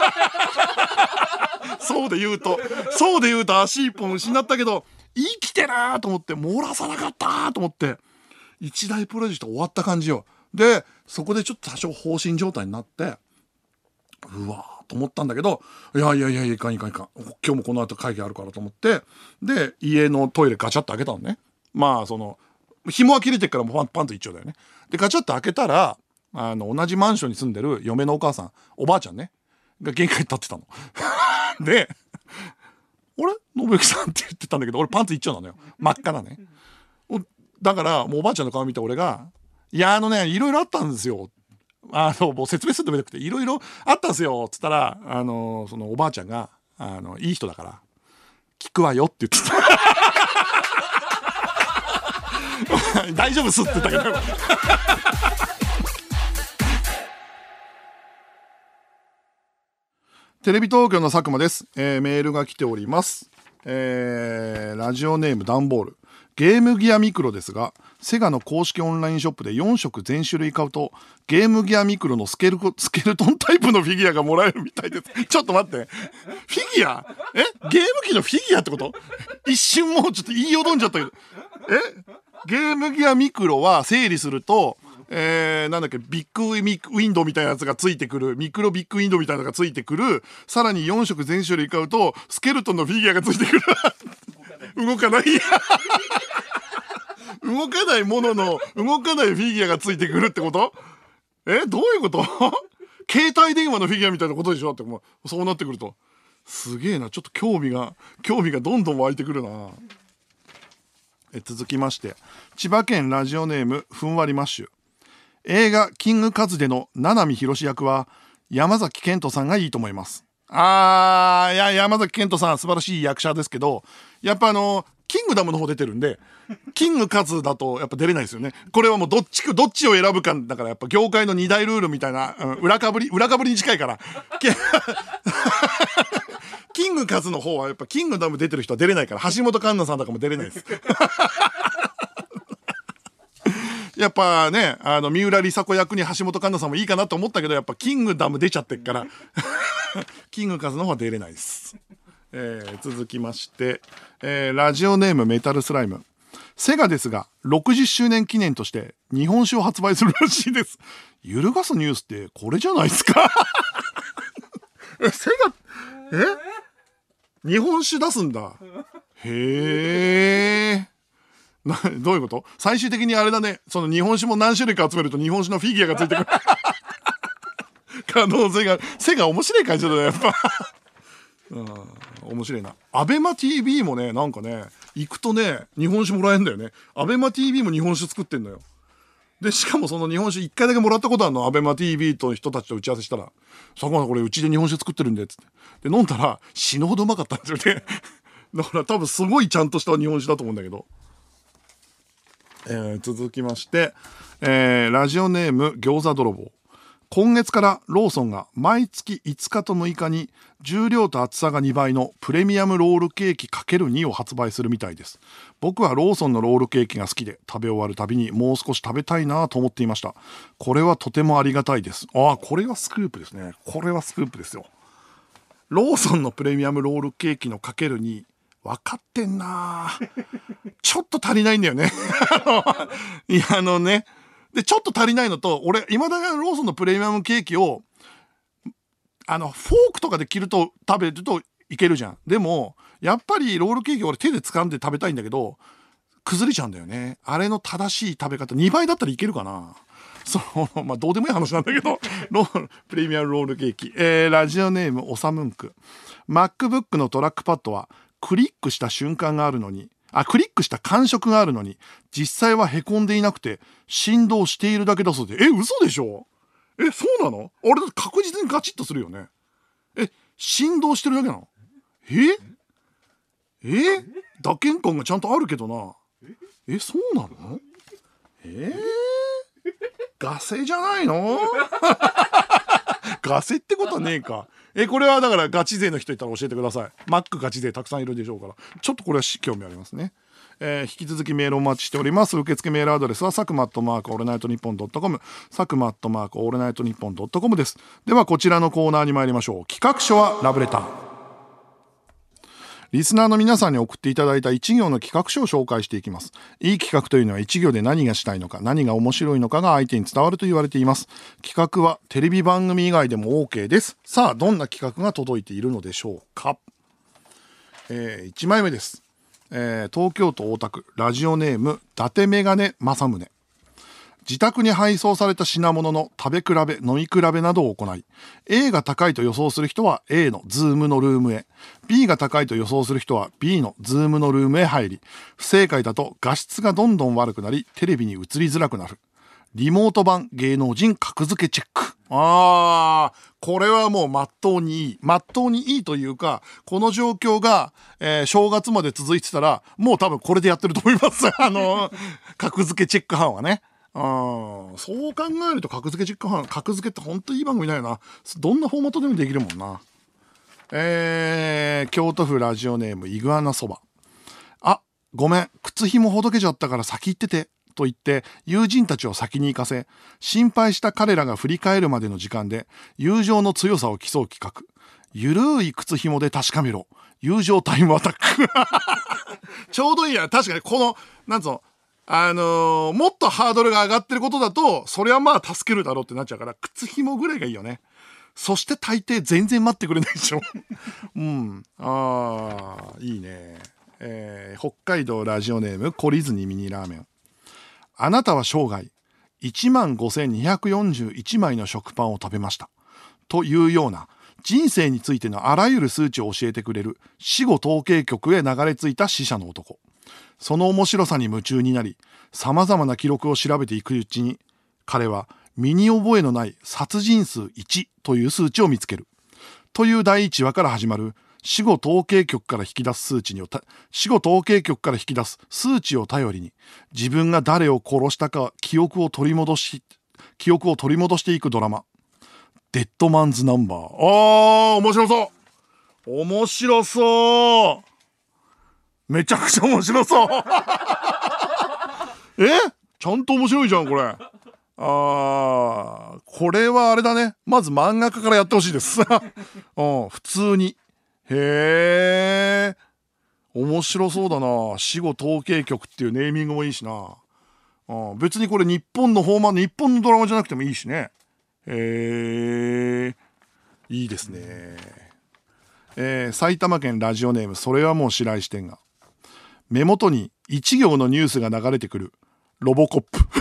そうで言うとそうで言うと足一本失ったけど生きてると思って漏らさなかったと思って一大プロジェクト終わった感じよ。でそこでちょっと多少放心状態になってうわーと思ったんだけど、いやいやいやいかんいかんいかん今日もこの後会議あるからと思ってで家のトイレガチャッと開けたのね。まあその紐は切れてっからもうパンパンと一丁だよね。でガチャッと開けたらあの同じマンションに住んでる嫁のお母さんおばあちゃんねが玄関に立ってたので「あれ信之さん」って言ってたんだけど俺パンツ一丁なのよ真っ赤なね。だからもうおばあちゃんの顔見て俺が「いやあのねいろいろあったんですよ」あのもう説明するのもなくていろいろあったんですよっつったらあのそのおばあちゃんがあのいい人だから聞くわよって言ってた大丈夫っすって言ったけどテレビ東京の佐久間です、えー、メールが来ております、えー、ラジオネームダンボール。ゲームギアミクロですがセガの公式オンラインショップでよん色全種類買うとゲームギアミクロのスケルスケルトンタイプのフィギュアがもらえるみたいですちょっと待ってフィギュアえゲーム機のフィギュアってこと？一瞬もうちょっと言いよどんじゃったけどえゲームギアミクロは整理するとえー、なんだっけビッグウィンドウみたいなやつがついてくるミクロビッグウィンドウみたいなのがついてくる、さらによん色全種類買うとスケルトンのフィギュアがついてくる動かない動かないものの動かないフィギュアがついてくるってこと？えどういうこと携帯電話のフィギュアみたいなことでしょって、もうそうなってくるとすげえな、ちょっと興味が興味がどんどん湧いてくるな。え続きまして千葉県ラジオネームふんわりマッシュ。映画キングカズでの七海ひろし役は山崎賢人さんがいいと思います。あーいや山崎賢人さん素晴らしい役者ですけど、やっぱあのキングダムの方出てるんでキングカズだとやっぱ出れないですよね。これはもうどっちかどっちを選ぶかだから、やっぱ業界の二大ルールみたいな、うん、裏かぶり裏かぶりに近いからキングカズの方はやっぱキングダム出てる人は出れないから、橋本環奈さんとかも出れないですやっぱね、あの三浦梨紗子役に橋本環奈さんもいいかなと思ったけど、やっぱキングダム出ちゃってっからキングカズの方は出れないです、えー、続きまして、えー、ラジオネームメタルスライム。 セガですがろくじゅっしゅうねん記念として日本酒を発売するらしいです。揺るがすニュースってこれじゃないですかえセガえ日本酒出すんだ。へえ。などういうこと？最終的にあれだね、その日本酒も何種類か集めると日本酒のフィギュアがついてくる可能性が。セガ面白い会社だねやっぱうん、面白いな。アベマ ティービー もね、なんかね行くとね日本酒もらえるんだよね。アベマ ティービー も日本酒作ってんのよ。でしかもその日本酒いっかいだけもらったことあるの。アベマ ティービー と人たちと打ち合わせしたら、そこはこれうちで日本酒作ってるんでっつってで飲んだら死ぬほどうまかったんですよねだから多分すごいちゃんとした日本酒だと思うんだけど。えー、続きまして、えー、ラジオネーム餃子泥棒。今月からローソンが毎月いつかとむいかに重量と厚さがにばいのプレミアムロールケーキ かけるに を発売するみたいです。僕はローソンのロールケーキが好きで食べ終わるたびにもう少し食べたいなと思っていました。これはとてもありがたいです。ああ、これはスクープですね。これはスクープですよ。ローソンのプレミアムロールケーキの かけるに 分かってんなちょっと足りないんだよねいやあのねでちょっと足りないのと、俺今だにローソンのプレミアムケーキをあのフォークとかで切ると食べるといけるじゃん。でもやっぱりロールケーキ俺手で掴んで食べたいんだけど崩れちゃうんだよね。あれの正しい食べ方にばいだったらいけるかな。そのまあどうでもいい話なんだけどロールプレミアムロールケーキ、えー、ラジオネームおさむんく。 MacBook のトラックパッドはクリックした瞬間があるのにあクリックした感触があるのに実際はへこんでいなくて振動しているだけだそうで。え嘘でしょ。えそうなの。俺だって確実にガチッとするよね。え振動してるだけなの。ええ打鍵感がちゃんとあるけどな。えそうなの。えー、ガセじゃないのガセってことはねえか。えこれはだからガチ勢の人いたら教えてください。マックガチ勢たくさんいるでしょうからちょっとこれは興味ありますね。えー、引き続きメールお待ちしております。受付メールアドレスはサクマットマークオールナイトニッポンドットコム、サクマットマークオールナイトニッポンドットコムです。ではこちらのコーナーに参りましょう。企画書はラブレター。リスナーの皆さんに送っていただいた一行の企画書を紹介していきます。いい企画というのは一行で何がしたいのか、何が面白いのかが相手に伝わると言われています。企画はテレビ番組以外でも OK です。さあ、どんな企画が届いているのでしょうか。えー、いちまいめです。えー、東京都大田区ラジオネーム伊達メガネ正宗。自宅に配送された品物の食べ比べ、飲み比べなどを行い、A が高いと予想する人は A のズームのルームへ、B が高いと予想する人は B のズームのルームへ入り、不正解だと画質がどんどん悪くなり、テレビに映りづらくなる。リモート版芸能人格付けチェック。あー、これはもう真っ当にいい。真っ当にいいというか、この状況が、えー、正月まで続いてたら、もう多分これでやってると思います。あのー、格付けチェック班はね。あそう考えると格付けチェック班、格付けって本当にいい番組だよな。どんなフォーマットでもできるもんな。えー、京都府ラジオネームイグアナそば。あ、ごめん、靴紐ほどけちゃったから先行っててと言って友人たちを先に行かせ、心配した彼らが振り返るまでの時間で友情の強さを競う企画。ゆるい靴紐で確かめろ、友情タイムアタックちょうどいいや。確かにこのなんつうの、あのー、もっとハードルが上がってることだとそれはまあ助けるだろうってなっちゃうから、靴紐ぐらいがいいよね。そして大抵全然待ってくれないでしょうんあーいいね。えー、北海道ラジオネーム懲りずにミニラーメン。あなたは生涯いちまんごせんにひゃくよんじゅういちまいの食パンを食べましたというような人生についてのあらゆる数値を教えてくれる死後統計局へ流れ着いた死者の男。その面白さに夢中になり、様々な記録を調べていくうちに、彼は身に覚えのない殺人数いちという数値を見つける。という第一話から始まる死後統計局から引き出す数値に死後統計局から引き出す数値を頼りに、自分が誰を殺したか記憶を取り戻し、記憶を取り戻していくドラマ。デッドマンズナンバー。あー、面白そう。面白そう。めちゃくちゃ面白そうえちゃんと面白いじゃんこれ。あー、これはあれだね。まず漫画家からやってほしいですうん、普通に。へー、 面白そうだな。死後統計局っていうネーミングもいいしな。うん、別にこれ日本の放漫日本のドラマじゃなくてもいいしね。へえ、いいですね。えー、埼玉県ラジオネームそれはもう白石店が、目元に一行のニュースが流れてくるロボコップ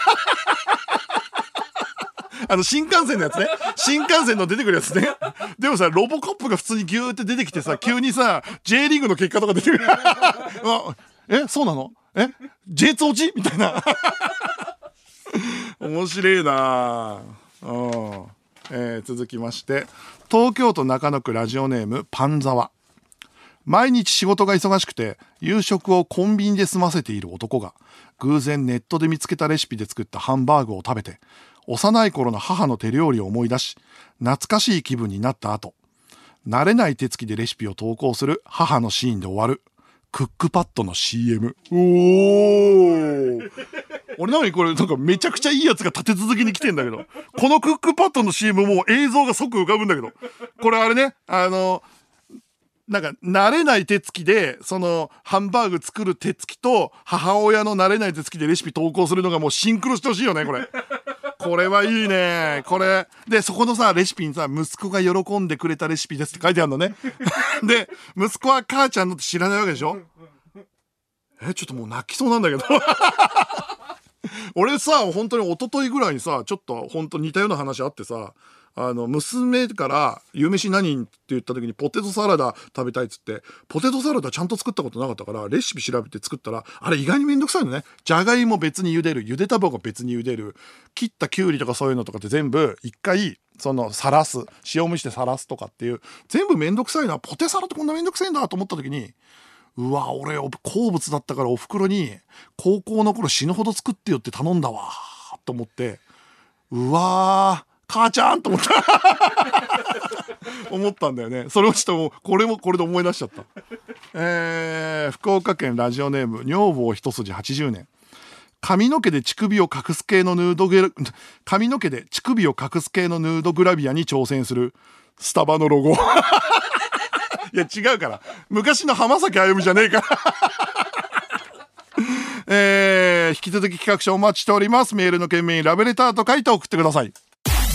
あの新幹線のやつね。新幹線の出てくるやつね。でもさ、ロボコップが普通にギューって出てきてさ、急にさ J リーグの結果とか出てくるあ、え、そうなの、え ジェイツ 落ちみたいな面白いな。うん、えー、続きまして、東京都中野区ラジオネームパンザワ。毎日仕事が忙しくて夕食をコンビニで済ませている男が偶然ネットで見つけたレシピで作ったハンバーグを食べて幼い頃の母の手料理を思い出し懐かしい気分になった後、慣れない手つきでレシピを投稿する母のシーンで終わるクックパッドの シーエム。 おー俺何これ、なんかめちゃくちゃいいやつが立て続けに来てんだけど、このクックパッドの シーエム もう映像が即浮かぶんだけど、これあれね、あのなんか慣れない手つきでそのハンバーグ作る手つきと母親の慣れない手つきでレシピ投稿するのがもうシンクロしてほしいよねこれ。これはいいね。これでそこのさレシピにさ、息子が喜んでくれたレシピですって書いてあるのねで息子は母ちゃんのって知らないわけでしょ。え、ちょっともう泣きそうなんだけど俺さ本当に一昨日ぐらいにさちょっと本当似たような話あってさ、あの娘から夕飯何って言った時にポテトサラダ食べたいっつって、ポテトサラダちゃんと作ったことなかったからレシピ調べて作ったら、あれ意外にめんどくさいのね。じゃがいも別に茹でる、ゆで卵別に茹でる、切ったきゅうりとかそういうのとかって全部一回そのさらす、塩蒸してさらすとかっていう全部めんどくさいな、ポテサラってこんなめんどくさいんだと思った時に、うわ俺好物だったからお袋に高校の頃死ぬほど作ってよって頼んだわと思って、うわー母ちゃんと思った思ったんだよね。それをちょっともうこれもこれで思い出しちゃった。えー、福岡県ラジオネーム女房一筋はちじゅうねん。髪の毛で乳首を隠す系のヌードグラ髪の毛で乳首を隠す系のヌードグラビアに挑戦するスタバのロゴいや違うから、昔の浜崎あゆみじゃねえからえー、引き続き企画書お待ちしております。メールの件名にラブレターと書いて送ってください。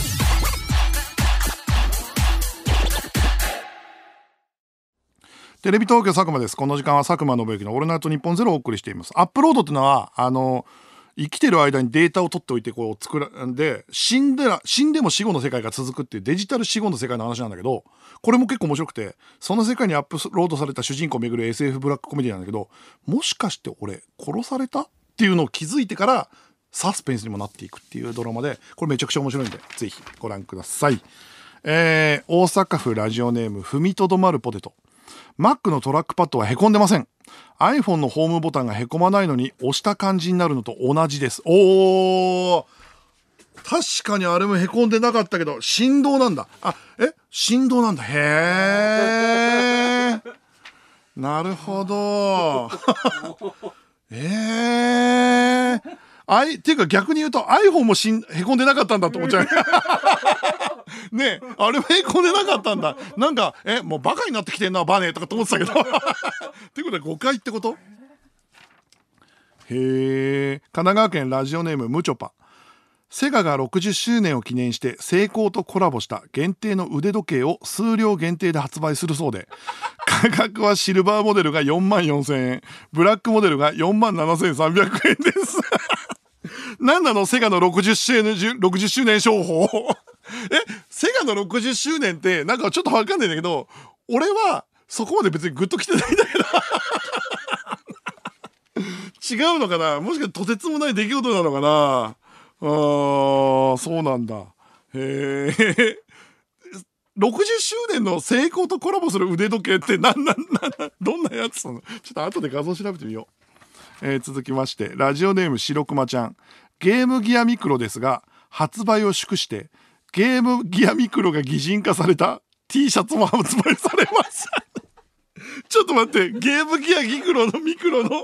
テレビ東京佐久間です。この時間は佐久間信之のオールナイトニッポンゼロをお送りしています。アップロードっていうのはあの生きてる間にデータを取っておいてこう作らんで、死んでら死んでも死後の世界が続くっていうデジタル死後の世界の話なんだけど、これも結構面白くて、その世界にアップロードされた主人公をめぐる エスエフ ブラックコメディなんだけど、もしかして俺殺されたっていうのを気づいてからサスペンスにもなっていくっていうドラマで、これめちゃくちゃ面白いんでぜひご覧ください。えー、大阪府ラジオネーム踏みとどまるポテト。Mac のトラックパッドはへこんでません。 iPhone のホームボタンがへこまないのに押した感じになるのと同じです。おー、確かにあれもへこんでなかったけど振動なんだ。あ、え振動なんだ。へーなるほどえーあいっていうか逆に言うと iPhone もしんへこんでなかったんだと思っちゃうねえ、あれもへこんでなかったんだ。なんかえもうバカになってきてんなバネとかと思ってたけどっていうことは誤解ってこと。へえ。神奈川県ラジオネームムチョパ。セガがろくじゅっしゅうねんを記念してセイコーとコラボした限定の腕時計を数量限定で発売するそうで、価格はシルバーモデルがよんまんよんせんえん、ブラックモデルがよんまんななせんさんびゃくえんですなんなのセガのろくじゅっしゅうねんろくじゅっしゅうねん商法えセガのろくじゅっしゅうねんってなんかちょっと分かんないんだけど、俺はそこまで別にグッときてないんだけど違うのかな、もしかしてとてつもない出来事なのかな。あーそうなんだ。へえろくじゅっしゅうねんのセイコーとコラボする腕時計ってなんなんなんどんなやつなの。ちょっと後で画像調べてみよう。えー、続きましてラジオネーム白熊ちゃん。ゲームギアミクロですが発売を祝してゲームギアミクロが擬人化された T シャツも発売されますちょっと待って、ゲームギアミクロのミクロの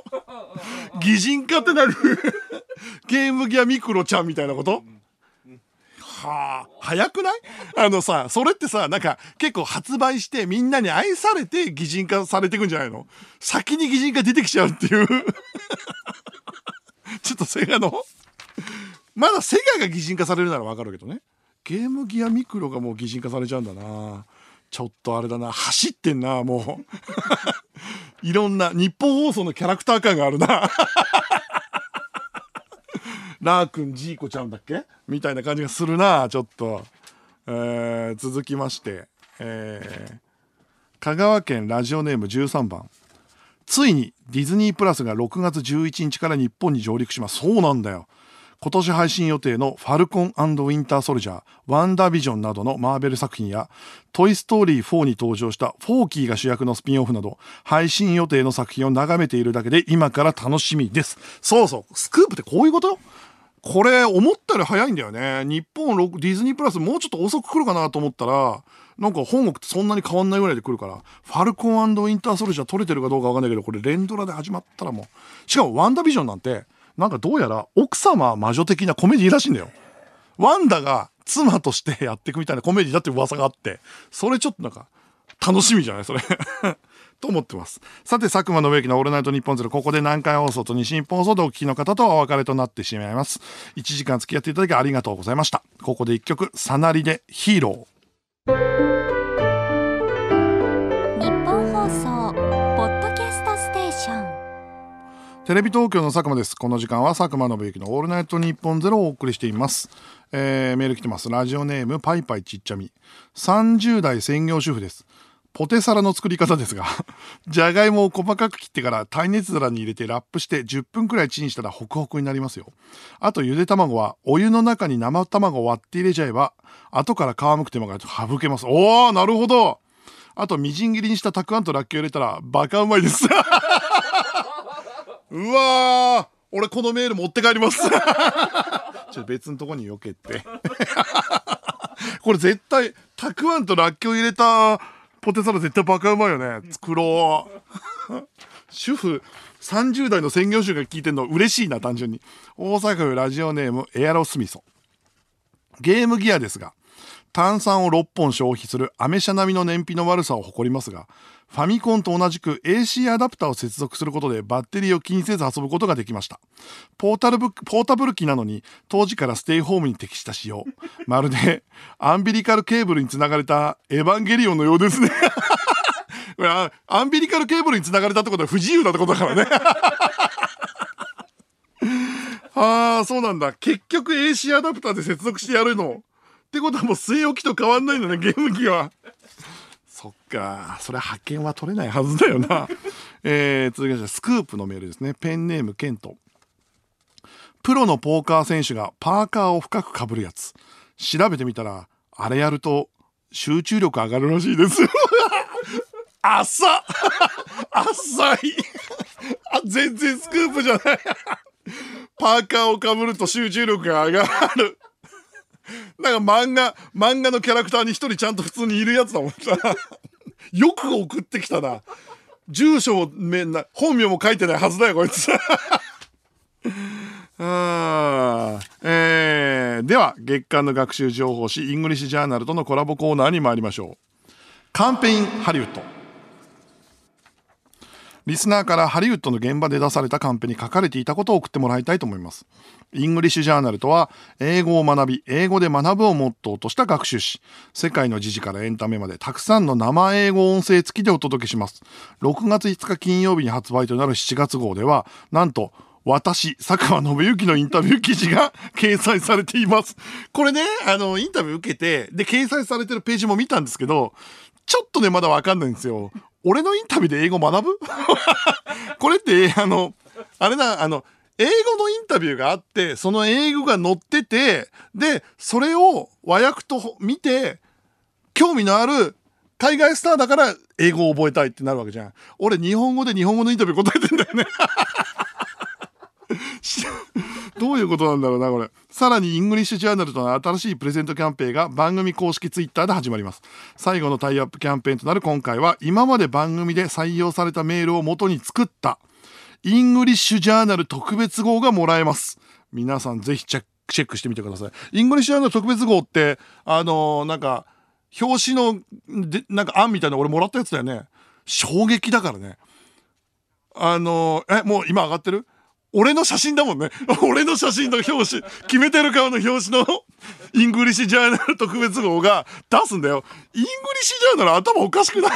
擬人化ってなるゲームギアミクロちゃんみたいなこと。 はあ、早くない？あのさ、それってさ、なんか結構発売してみんなに愛されて擬人化されていくんじゃないの？先に擬人化出てきちゃうっていうちょっとセガのまだセガが擬人化されるならわかるけどね。ゲームギアミクロがもう擬人化されちゃうんだな。ちょっとあれだな、走ってんな、もういろんな日本放送のキャラクター感があるなラーくんジーコちゃんだっけみたいな感じがするな、ちょっと。えー、続きまして、えー、香川県ラジオネームじゅうさんばん。ついにディズニープラスがろくがつじゅういちにちから日本に上陸します。そうなんだよ。今年配信予定のファルコン&ウィンターソルジャー、ワンダービジョンなどのマーベル作品や、トイストーリーフォーに登場したフォーキーが主役のスピンオフなど、配信予定の作品を眺めているだけで今から楽しみです。そうそう、スクープってこういうこと？これ思ったより早いんだよね。日本ディズニープラスもうちょっと遅く来るかなと思ったら、なんか本国ってそんなに変わんないぐらいで来るから、ファルコン&ウィンターソルジャー撮れてるかどうかわかんないけど、これ連ドラで始まったらもう。しかもワンダービジョンなんて、なんかどうやら奥様魔女的なコメディらしいんだよ。ワンダが妻としてやっていくみたいなコメディだって噂があって、それちょっとなんか楽しみじゃないそれと思ってます。さて、佐久間信之のオールナイトニッポンゼロ、ここで南海放送と西日本放送でお聞きの方とはお別れとなってしまいます。いちじかん付き合っていただきありがとうございました。ここでいっきょく、さなりでヒーロー。 日本放送ポッドキャストステーション、 テレビ東京の佐久間です。この時間は佐久間信之のオールナイトニッポンゼロをお送りしています。えー、メール来てます。ラジオネームパイパイちっちゃみ。さんじゅう代専業主婦です。ポテサラの作り方ですがじゃがいもを細かく切ってから耐熱皿に入れてラップしてじゅっぷんくらいチンしたらホクホクになりますよ。あとゆで卵はお湯の中に生卵を割って入れちゃえば後から皮むく手間が省けます。おー、なるほど。あとみじん切りにしたたくあんとらっきょう入れたらバカうまいですうわー、俺このメール持って帰りますちょっと別のとこに避けてこれ絶対たくあんとらっきょう入れたポテサラ絶対バカうまいよね。作ろう主婦さんじゅう代の専業主婦が聞いてんの嬉しいな。単純に。大阪府ラジオネームエアロスミソ。ゲームギアですが炭酸をろっぽん消費するアメ車並みの燃費の悪さを誇りますが、ファミコンと同じく エーシー アダプターを接続することでバッテリーを気にせず遊ぶことができました。ポータルブポータブル機なのに当時からステイホームに適した仕様。まるでアンビリカルケーブルにつながれたエヴァンゲリオンのようですねアンビリカルケーブルにつながれたってことは不自由だってことだからねああ、そうなんだ。結局 エーシー アダプターで接続してやるのってことはもう据え置きと変わんないんだね、ゲーム機は。そっか、それは派遣は取れないはずだよな。えー、続きましてスクープのメールですね。ペンネームケント。プロのポーカー選手がパーカーを深く被るやつ。調べてみたらあれやると集中力上がるらしいです浅っ浅いあ、全然スクープじゃないパーカーをかぶると集中力が上がるなんか漫画漫画のキャラクターに一人ちゃんと普通にいるやつだもんよく送ってきたな。住所もめな本名も書いてないはずだよこいつあ、えー、では月間の学習情報誌イングリッシュジャーナルとのコラボコーナーに参りましょう。カンペインハリウッド。リスナーからハリウッドの現場で出されたカンペに書かれていたことを送ってもらいたいと思います。イングリッシュジャーナルとは英語を学び英語で学ぶをモットーとした学習誌。世界の時事からエンタメまでたくさんの生英語音声付きでお届けします。ろくがついつか金曜日に発売となるしちがつ号ではなんと私佐久間信之のインタビュー記事が掲載されています。これね、あのインタビュー受けてで掲載されてるページも見たんですけど、ちょっとねまだわかんないんですよ。俺のインタビューで英語学ぶこれってあのあれだ、あの英語のインタビューがあってその英語が載っててでそれを和訳と見て興味のある海外スターだから英語を覚えたいってなるわけじゃん。俺日本語で日本語のインタビュー答えてんだよねどういうことなんだろうなこれ。さらにイングリッシュジャーナルとの新しいプレゼントキャンペーンが番組公式ツイッターで始まります。最後のタイアップキャンペーンとなる今回は今まで番組で採用されたメールを元に作ったイングリッシュジャーナル特別号がもらえます。皆さんぜひチェッチェックしてみてください。イングリッシュジャーナル特別号ってあのー、なんか表紙のでなんか案みたいな俺もらったやつだよね。衝撃だからね。あのー、えもう今上がってる？俺の写真だもんね。俺の写真の表紙、決めてる顔の表紙のイングリッシュジャーナル特別号が出すんだよ。イングリッシュジャーナル頭おかしくない？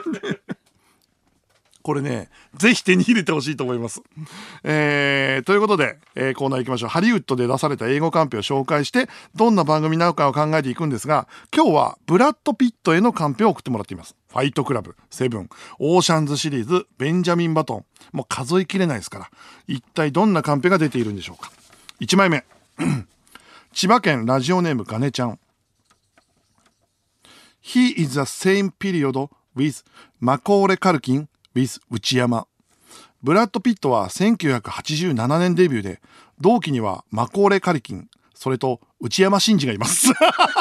これね、ぜひ手に入れてほしいと思います。えー、ということで、えー、コーナー行きましょう。ハリウッドで出された英語カンペを紹介して、どんな番組なのかを考えていくんですが、今日はブラッド・ピットへのカンペを送ってもらっています。ファイトクラブ、セブン、オーシャンズシリーズ、ベンジャミン・バトン。もう数えきれないですから、一体どんなカンペが出ているんでしょうか。いちまいめ。千葉県ラジオネームガネちゃん。He is the same period with マコーレ・カルキンwith 内山。ブラッド・ピットはせんきゅうひゃくはちじゅうななねんデビューで、同期にはマコーレ・カルキン、それと内山真司がいます。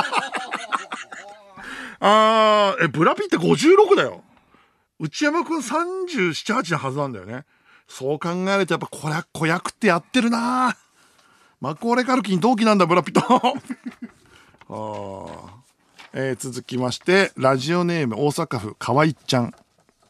あー、え、ブラピってごじゅうろくだよ。内山くんさんじゅうなな、はちのはずなんだよね。そう考えるとやっぱ子役、子役ってやってるな。マコーレ・カルキン同期なんだ、ブラピット。あー、えー、続きまして、ラジオネーム大阪府かわいっちゃん。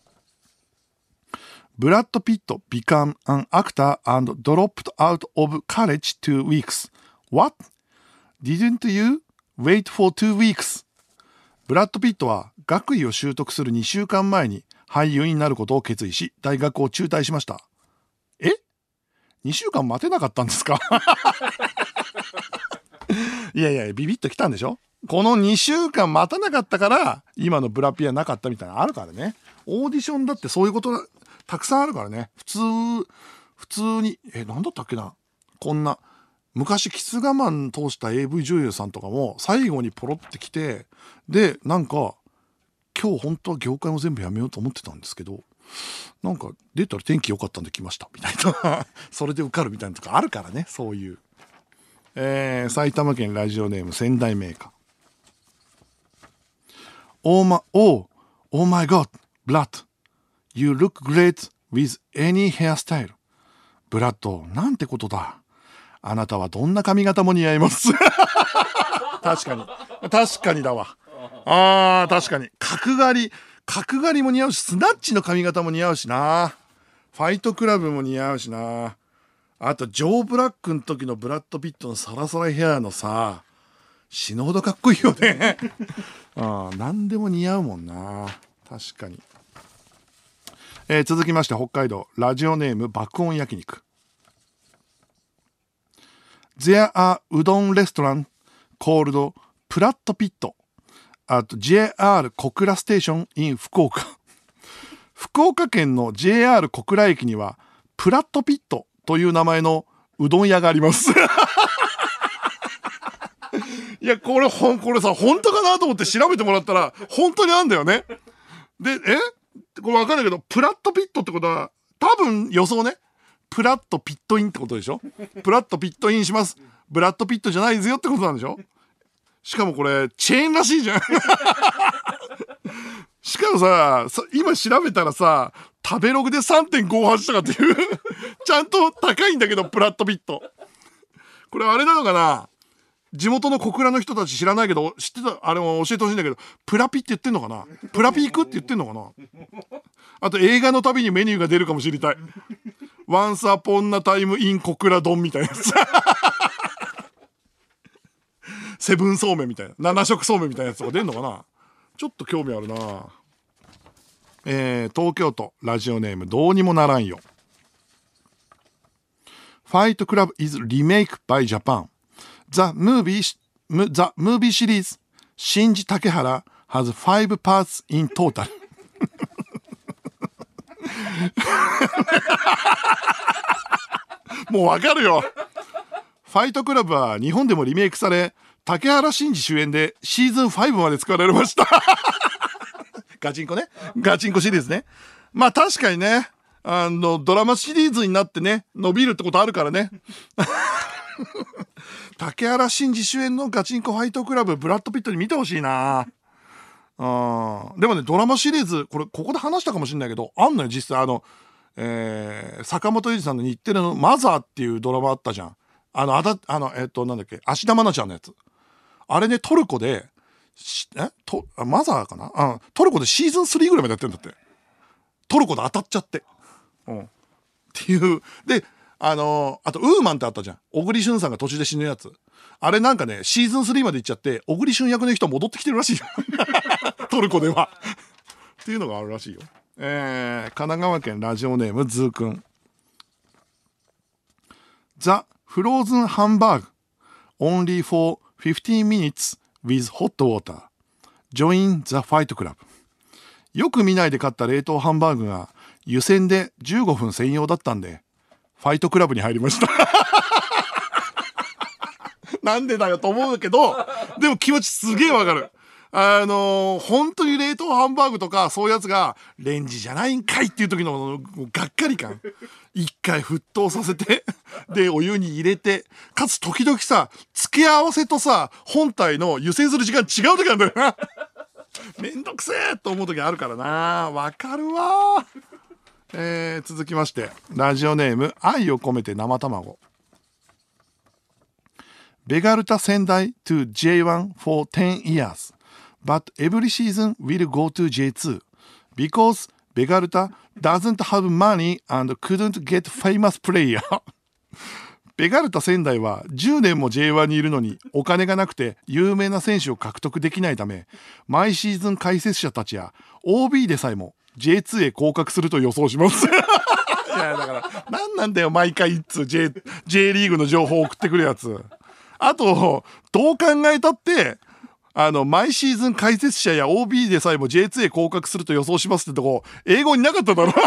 ブラッド・ピット become an actor and dropped out of college two weeks. What? Didn't you wait for two weeks? ブラッド・ピットは学位を習得するにしゅうかんまえに俳優になることを決意し、大学を中退しました。え ?に 週間待てなかったんですか？いやいや、ビビッときたんでしょ？このにしゅうかん待たなかったから、今のブラピはなかったみたいなのあるからね。オーディションだってそういうことたくさんあるからね。普通、普通に、え、なんだったっけな。こんな、昔キス我慢通した エーブイ 女優さんとかも最後にポロってきて、で、なんか、今日本当は業界を全部やめようと思ってたんですけど、なんか出たら天気良かったんで来ましたみたいな。それで受かるみたいなとかあるからね、そういう。えー、埼玉県ラジオネーム仙台メーカー。Oh my, oh, oh my god, Blood. You look great with any hairstyle. ブラッド、なんてことだ。あなたはどんな髪型も似合います。確かに。確かにだわ。あー、確かに。角刈り。角刈りも似合うし、スナッチの髪型も似合うしな。ファイトクラブも似合うしな。あと、ジョー・ブラックの時のブラッド・ピットのサラサラヘアのさ、死ぬほどかっこいいよね。あー、何でも似合うもんな。確かに。えー、続きまして北海道ラジオネーム爆音焼肉。 There are うどんレストラン called プラットピット at ジェイアール 小倉ステーション in 福岡。福岡県の ジェイアール 小倉駅にはプラットピットという名前のうどん屋があります。いや、これほんこれさ本当かなと思って調べてもらったら本当にあんだよね。で、えこれ分かんないけど、プラットピットってことは、多分予想ね。プラットピットインってことでしょ？プラットピットインします。ブラッドピットじゃないですよってことなんでしょ？しかもこれ、チェーンらしいじゃん。しかもさ、今調べたらさ、食べログで さんてんごはち とかっていう、ちゃんと高いんだけど、プラットピット。これあれなのかな？地元の小倉の人たち知らないけど、知ってた、あれも教えてほしいんだけど、プラピって言ってんのかな？プラピークって言ってんのかな？あと映画のたびにメニューが出るかもしれたい。ワンスアポンナタイムイン小倉丼みたいなやつ。セブンそうめんみたいな。七色そうめんみたいなやつとか出んのかな？ちょっと興味あるな。えー、東京都ラジオネームどうにもならんよ。Fight Club is remake by Japan.The movie, the movie series 新次竹原 has five parts in total. もうわかるよ。ファイトクラブは日本でもリメイクされ、竹原慎二主演でシーズンファイブまで使われました。ガチンコね。ガチンコシリーズね。まあ確かにね、あのドラマシリーズになってね、伸びるってことあるからね。竹原慎二主演のガチンコファイトクラブ、ブラッドピットに見てほしいな。あでもね、ドラマシリーズ、これここで話したかもしれないけど、あんのよ実際。あの、えー、坂本龍一さんの日テレのマザーっていうドラマあったじゃん。 あの、あだ、あの、えっと、なんだっけ、芦田愛菜ちゃんのやつ。あれね、トルコで、えと、マザーかなあトルコでシーズンスリーぐらいまでやってるんだって。トルコで当たっちゃって。うん。っていう。で、あのー、あと、ウーマンってあったじゃん。小栗旬さんが途中で死ぬやつ。あれなんかね、シーズンスリーまで行っちゃって、小栗旬役の人は戻ってきてるらしいよ。トルコでは。っていうのがあるらしいよ。えー、神奈川県ラジオネームズーくん。ザ・フローズンハンバーグ only for fifteen minutes with hot water join the fight club。 よく見ないで買った冷凍ハンバーグが湯煎でじゅうごふん専用だったんでファイトクラブに入りました。なんでだよと思うけど、でも気持ちすげえわかる。あのー、本当に冷凍ハンバーグとかそういうやつがレンジじゃないんかいっていう時のがっかり感。一回沸騰させて、で、お湯に入れて、かつ時々さ、付け合わせとさ、本体の湯煎する時間違う時なんだよな。めんどくせえと思う時あるからな。わかるわ。えー、続きまして、ラジオネーム、愛を込めて生卵。ベガルタ仙台 to ジェイワン for ten years, but every season will go to ジェイツー because ベガルタ doesn't have money and couldn't get famous player。 ベガルタ仙台はじゅうねんも ジェイワン にいるのにお金がなくて有名な選手を獲得できないため、毎シーズン解説者たちや オービー でさえも ジェイツー へ降格すると予想します。いやだから何なんだよ毎回いつ J, J リーグの情報を送ってくるやつ。あとどう考えたってあの毎シーズン解説者や オービー でさえも ジェイツー へ降格すると予想しますってとこ英語になかっただろ。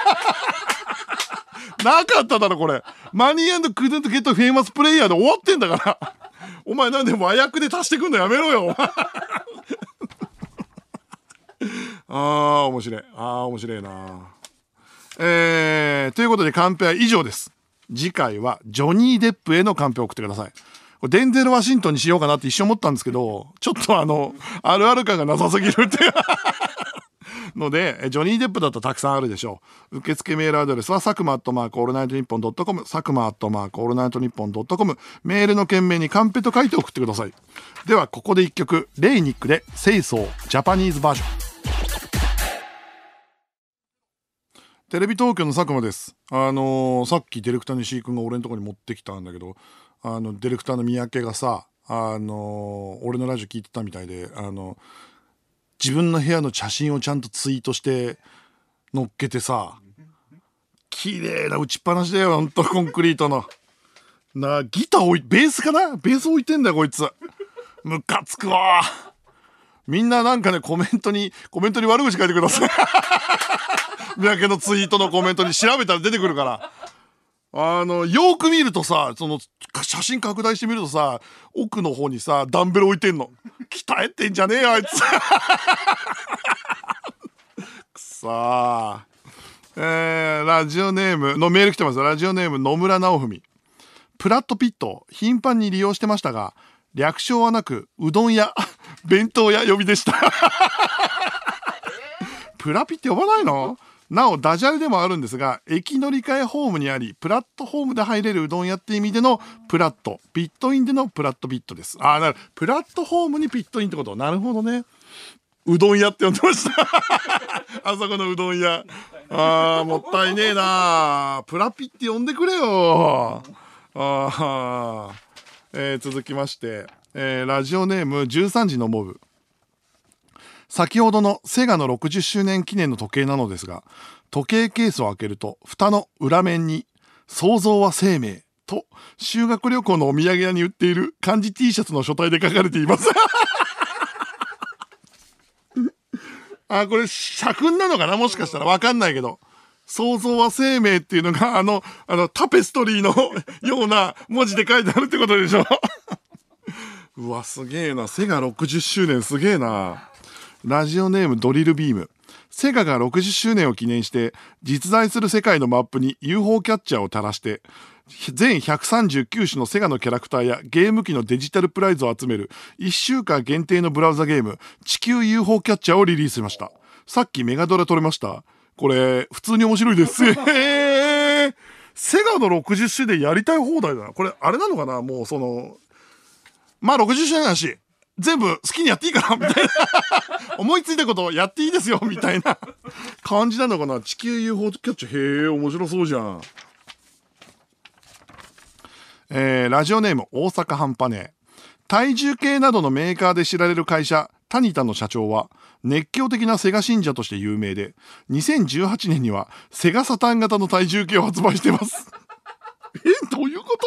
なかっただろこれ。マニー&クドゥントゲットフェイマスプレイヤーで終わってんだから。お前なんでも和訳で足してくんのやめろよ。あー面白い。あー面白いな。えー、ということでカンペは以上です。次回はジョニー・デップへのカンペを送ってください。これデンゼル・ワシントンにしようかなって一瞬思ったんですけど、ちょっとあのあるある感がなさすぎるってので、ジョニー・デップだとたくさんあるでしょう。受付メールアドレスはサクマットマークオールナイトニッポンドットコム、サクマットマークオールナイトニッポンドットコム、メールの件名にカンペと書いて送ってください。ではここで一曲、レイニックで清掃ジャパニーズバージョン。テレビ東京の佐久間です。あのー、さっきディレクターの石井くんが俺のところに持ってきたんだけど、あのディレクターの三宅がさ、あのー、俺のラジオ聞いてたみたいで、あの自分の部屋の写真をちゃんとツイートして載っけてさ、綺麗な打ちっぱなしだよほんと。コンクリートのなギター置いベースかなベース置いてんだよこいつ。ムカつくわ。みんななんかねコメントにコメントに悪口書いてください。三宅のツイートのコメントに調べたら出てくるから、あのよく見るとさ、その写真拡大してみるとさ、奥の方にさダンベル置いてんの。鍛えてんじゃねえよあいつ。くさー、えー、ラジオネームのメール来てます。ラジオネーム野村直文。プラットピット頻繁に利用してましたが略称はなくうどん屋弁当屋呼びでした。プラピって呼ばないの？なおダジャレでもあるんですが、駅乗り換えホームにありプラットホームで入れるうどん屋って意味でのプラット、ピットインでのプラットピットです。あーなるプラットホームにピットインってこと。なるほどね。うどん屋って呼んでました。あそこのうどん屋。あーもったいねえな。プラピって呼んでくれよ。あー、えー、続きまして、えー、ラジオネームじゅうさんじのモブ。先ほどのセガのろくじゅっしゅうねん記念の時計なのですが、時計ケースを開けると蓋の裏面に創造は生命と修学旅行のお土産屋に売っている漢字 T シャツの書体で書かれています。あ、これ社訓なのかな、もしかしたら。わかんないけど、創造は生命っていうのがあのあのタペストリーのような文字で書いてあるってことでしょ。うわすげえな。セガろくじゅっしゅうねんすげえな。ラジオネームドリルビーム。セガがろくじゅっしゅうねんを記念して実在する世界のマップに ユーフォー キャッチャーを垂らして全ひゃくさんじゅうきゅうしゅのセガのキャラクターやゲーム機のデジタルプライズを集めるいっしゅうかん限定のブラウザゲーム地球 ユーフォー キャッチャーをリリースしました。さっきメガドラ撮れました。これ普通に面白いです。 セガのろくじゅっしゅうねんやりたい放題だな。これあれなのかな、もうそのまあろくじゅっしゅうねんだし全部好きにやっていいかなみたいな思いついたことをやっていいですよみたいな感じなのかな。地球 ユーフォー キャッチャー、へえ面白そうじゃん。えー、ラジオネーム大阪半端ねえ。体重計などのメーカーで知られる会社タニタの社長は熱狂的なセガ信者として有名で、にせんじゅうはちねんにはセガサターン型の体重計を発売していますえどういうこと？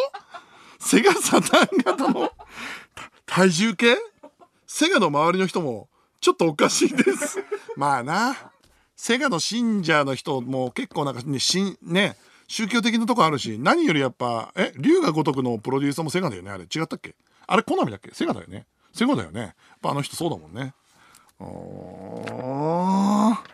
セガサターン型の体重計？セガの周りの人もちょっとおかしいですまあな、セガの信者の人も結構なんかね、しんね宗教的なとこあるし、何よりやっぱえ龍が如くのプロデューサーもセガだよね。あれ違ったっけ？あれコナミだっけ？セガだよね。セガだよね。やっぱあの人そうだもんね。あ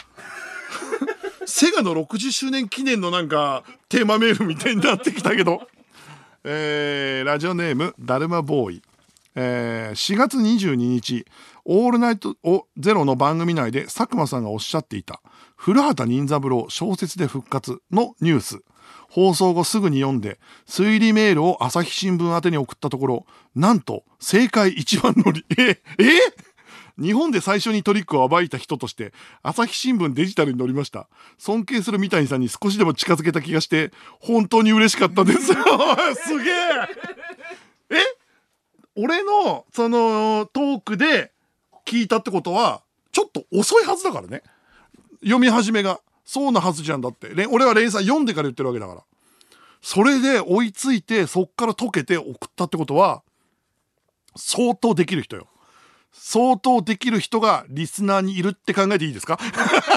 セガのろくじゅっしゅうねん記念のなんかテーマメールみたいになってきたけどえー、ラジオネームだるまボーイ。えー、しがつにじゅうににちオールナイトゼロの番組内で佐久間さんがおっしゃっていた古畑任三郎小説で復活のニュース、放送後すぐに読んで推理メールを朝日新聞宛てに送ったところ、なんと正解一番乗りええ日本で最初にトリックを暴いた人として朝日新聞デジタルに載りました。尊敬する三谷さんに少しでも近づけた気がして本当に嬉しかったですすげええ俺のそのトークで聞いたってことはちょっと遅いはずだからね、読み始めが。そうなはずじゃん。だって俺は連載読んでから言ってるわけだから、それで追いついてそっから解けて送ったってことは相当できる人よ。相当できる人がリスナーにいるって考えていいですか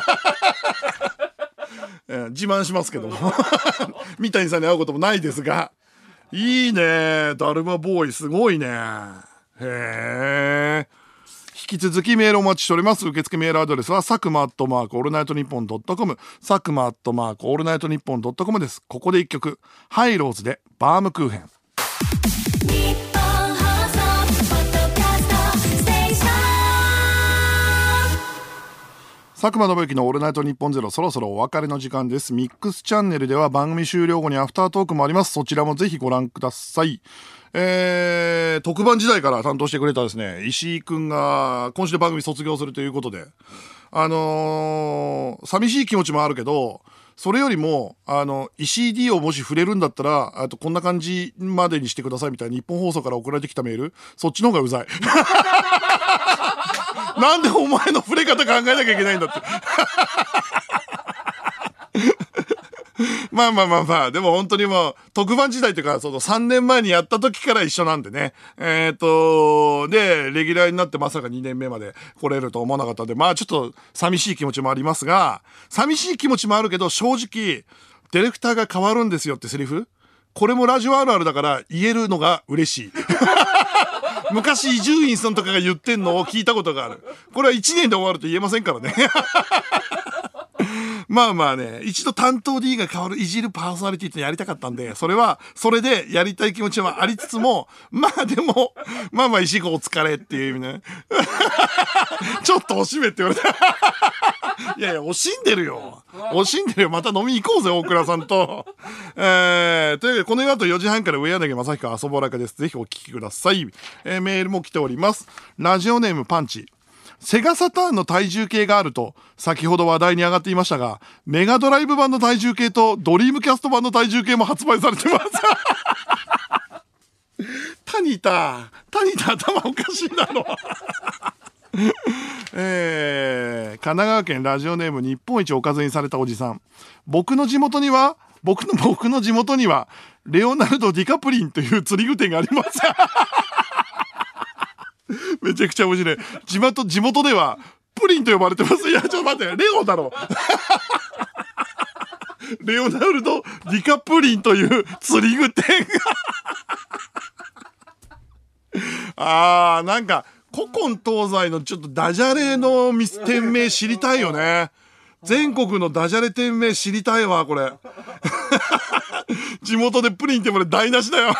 えー、自慢しますけども三谷さんに会うこともないですが、いいねだるまボーイすごいね。へえ。引き続きメールお待ちしております。受付メールアドレスは佐久間アットマークオールナイトニッポンドットコム、佐久間アットマークオールナイトニッポンドットコムです。ここで一曲、ハイローズでバームクーヘン。佐久間信之のオールナイトニッポンゼロ、そろそろお別れの時間です。ミックスチャンネルでは番組終了後にアフタートークもあります。そちらもぜひご覧ください。えー、特番時代から担当してくれたですね石井くんが今週で番組卒業するということで、あのー、寂しい気持ちもあるけど、それよりもあの イーシーディー をもし触れるんだったらあとこんな感じまでにしてくださいみたいな日本放送から送られてきたメール、そっちの方がうざいなんでお前の触れ方考えなきゃいけないんだってまあまあまあまあ、でも本当にもう特番時代というかそのさんねんまえにやった時から一緒なんでね、えっとでレギュラーになってまさかにねんめまで来れると思わなかったんで、まあちょっと寂しい気持ちもありますが、寂しい気持ちもあるけど正直ディレクターが変わるんですよってセリフ、これもラジオあるあるだから言えるのが嬉しい昔伊集院さんとかが言ってんのを聞いたことがある。これはいちねんで終わると言えませんからねまあまあね、一度担当 D が変わるいじるパーソナリティってやりたかったんで、それはそれでやりたい気持ちはありつつも、まあでもまあまあ石井君お疲れっていう意味ねちょっと惜しめって言われたいやいや惜しんでるよ惜しんでるよ、また飲みに行こうぜ大倉さんとえー、というわけでこの後よじはんから上柳正彦遊ぼらかです。ぜひお聞きください。えー、メールも来ております。ラジオネームパンチ。セガサターンの体重計があると先ほど話題に上がっていましたが、メガドライブ版の体重計とドリームキャスト版の体重計も発売されてますタニタタニタ頭おかしいだろえー、神奈川県ラジオネーム日本一おかずにされたおじさん。僕の地元には僕の僕の地元にはレオナルド・ディカプリンという釣り具店がありますめちゃくちゃ面白い。地元地元ではプリンと呼ばれてます。いやちょっと待って、レオだろレオナルド・ディカプリンという釣り具店あーなんか古今東西のちょっとダジャレの店名知りたいよね。全国のダジャレ店名知りたいわこれ地元でプリンってもれ台無しだよ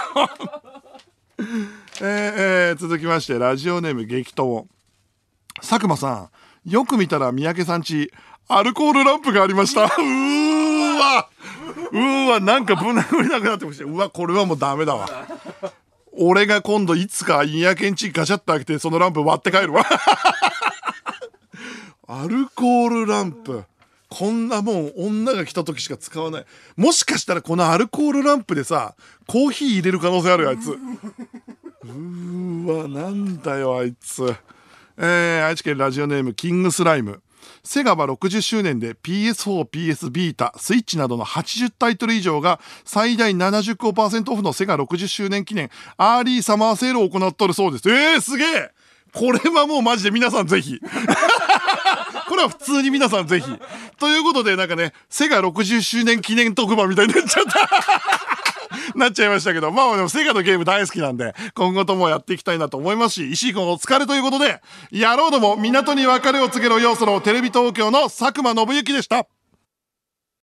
えーえー、続きましてラジオネーム激闘。佐久間さん、よく見たら三宅さんちアルコールランプがありましたうーわうーわなんかぶん殴りなくなってほしい。うわこれはもうダメだわ。俺が今度いつかイヤケンチガシャッと開けてそのランプ割って帰るわ。アルコールランプ、こんなもん女が来た時しか使わない。もしかしたらこのアルコールランプでさコーヒー入れる可能性あるよあいつ。うーわなんだよあいつ。えー、愛知県ラジオネームキングスライム。セガはろくじゅっしゅうねんで ピーエスフォー、ピーエス ビータ、スイッチなどのはちじゅうタイトル以上が最大 ななじゅっパーセント オフのセガろくじゅっしゅうねん記念アーリーサマーセールを行っとるそうです。えー、すげえ。これはもうマジで皆さんぜひ。これは普通に皆さんぜひ。ということでなんかね、セガろくじゅっしゅうねん記念特番みたいになっちゃった。なっちゃいましたけど、まあでもセガのゲーム大好きなんで今後ともやっていきたいなと思いますし、石井君お疲れということで、やろうども港に別れを告げろ要素のテレビ東京の佐久間信之でした。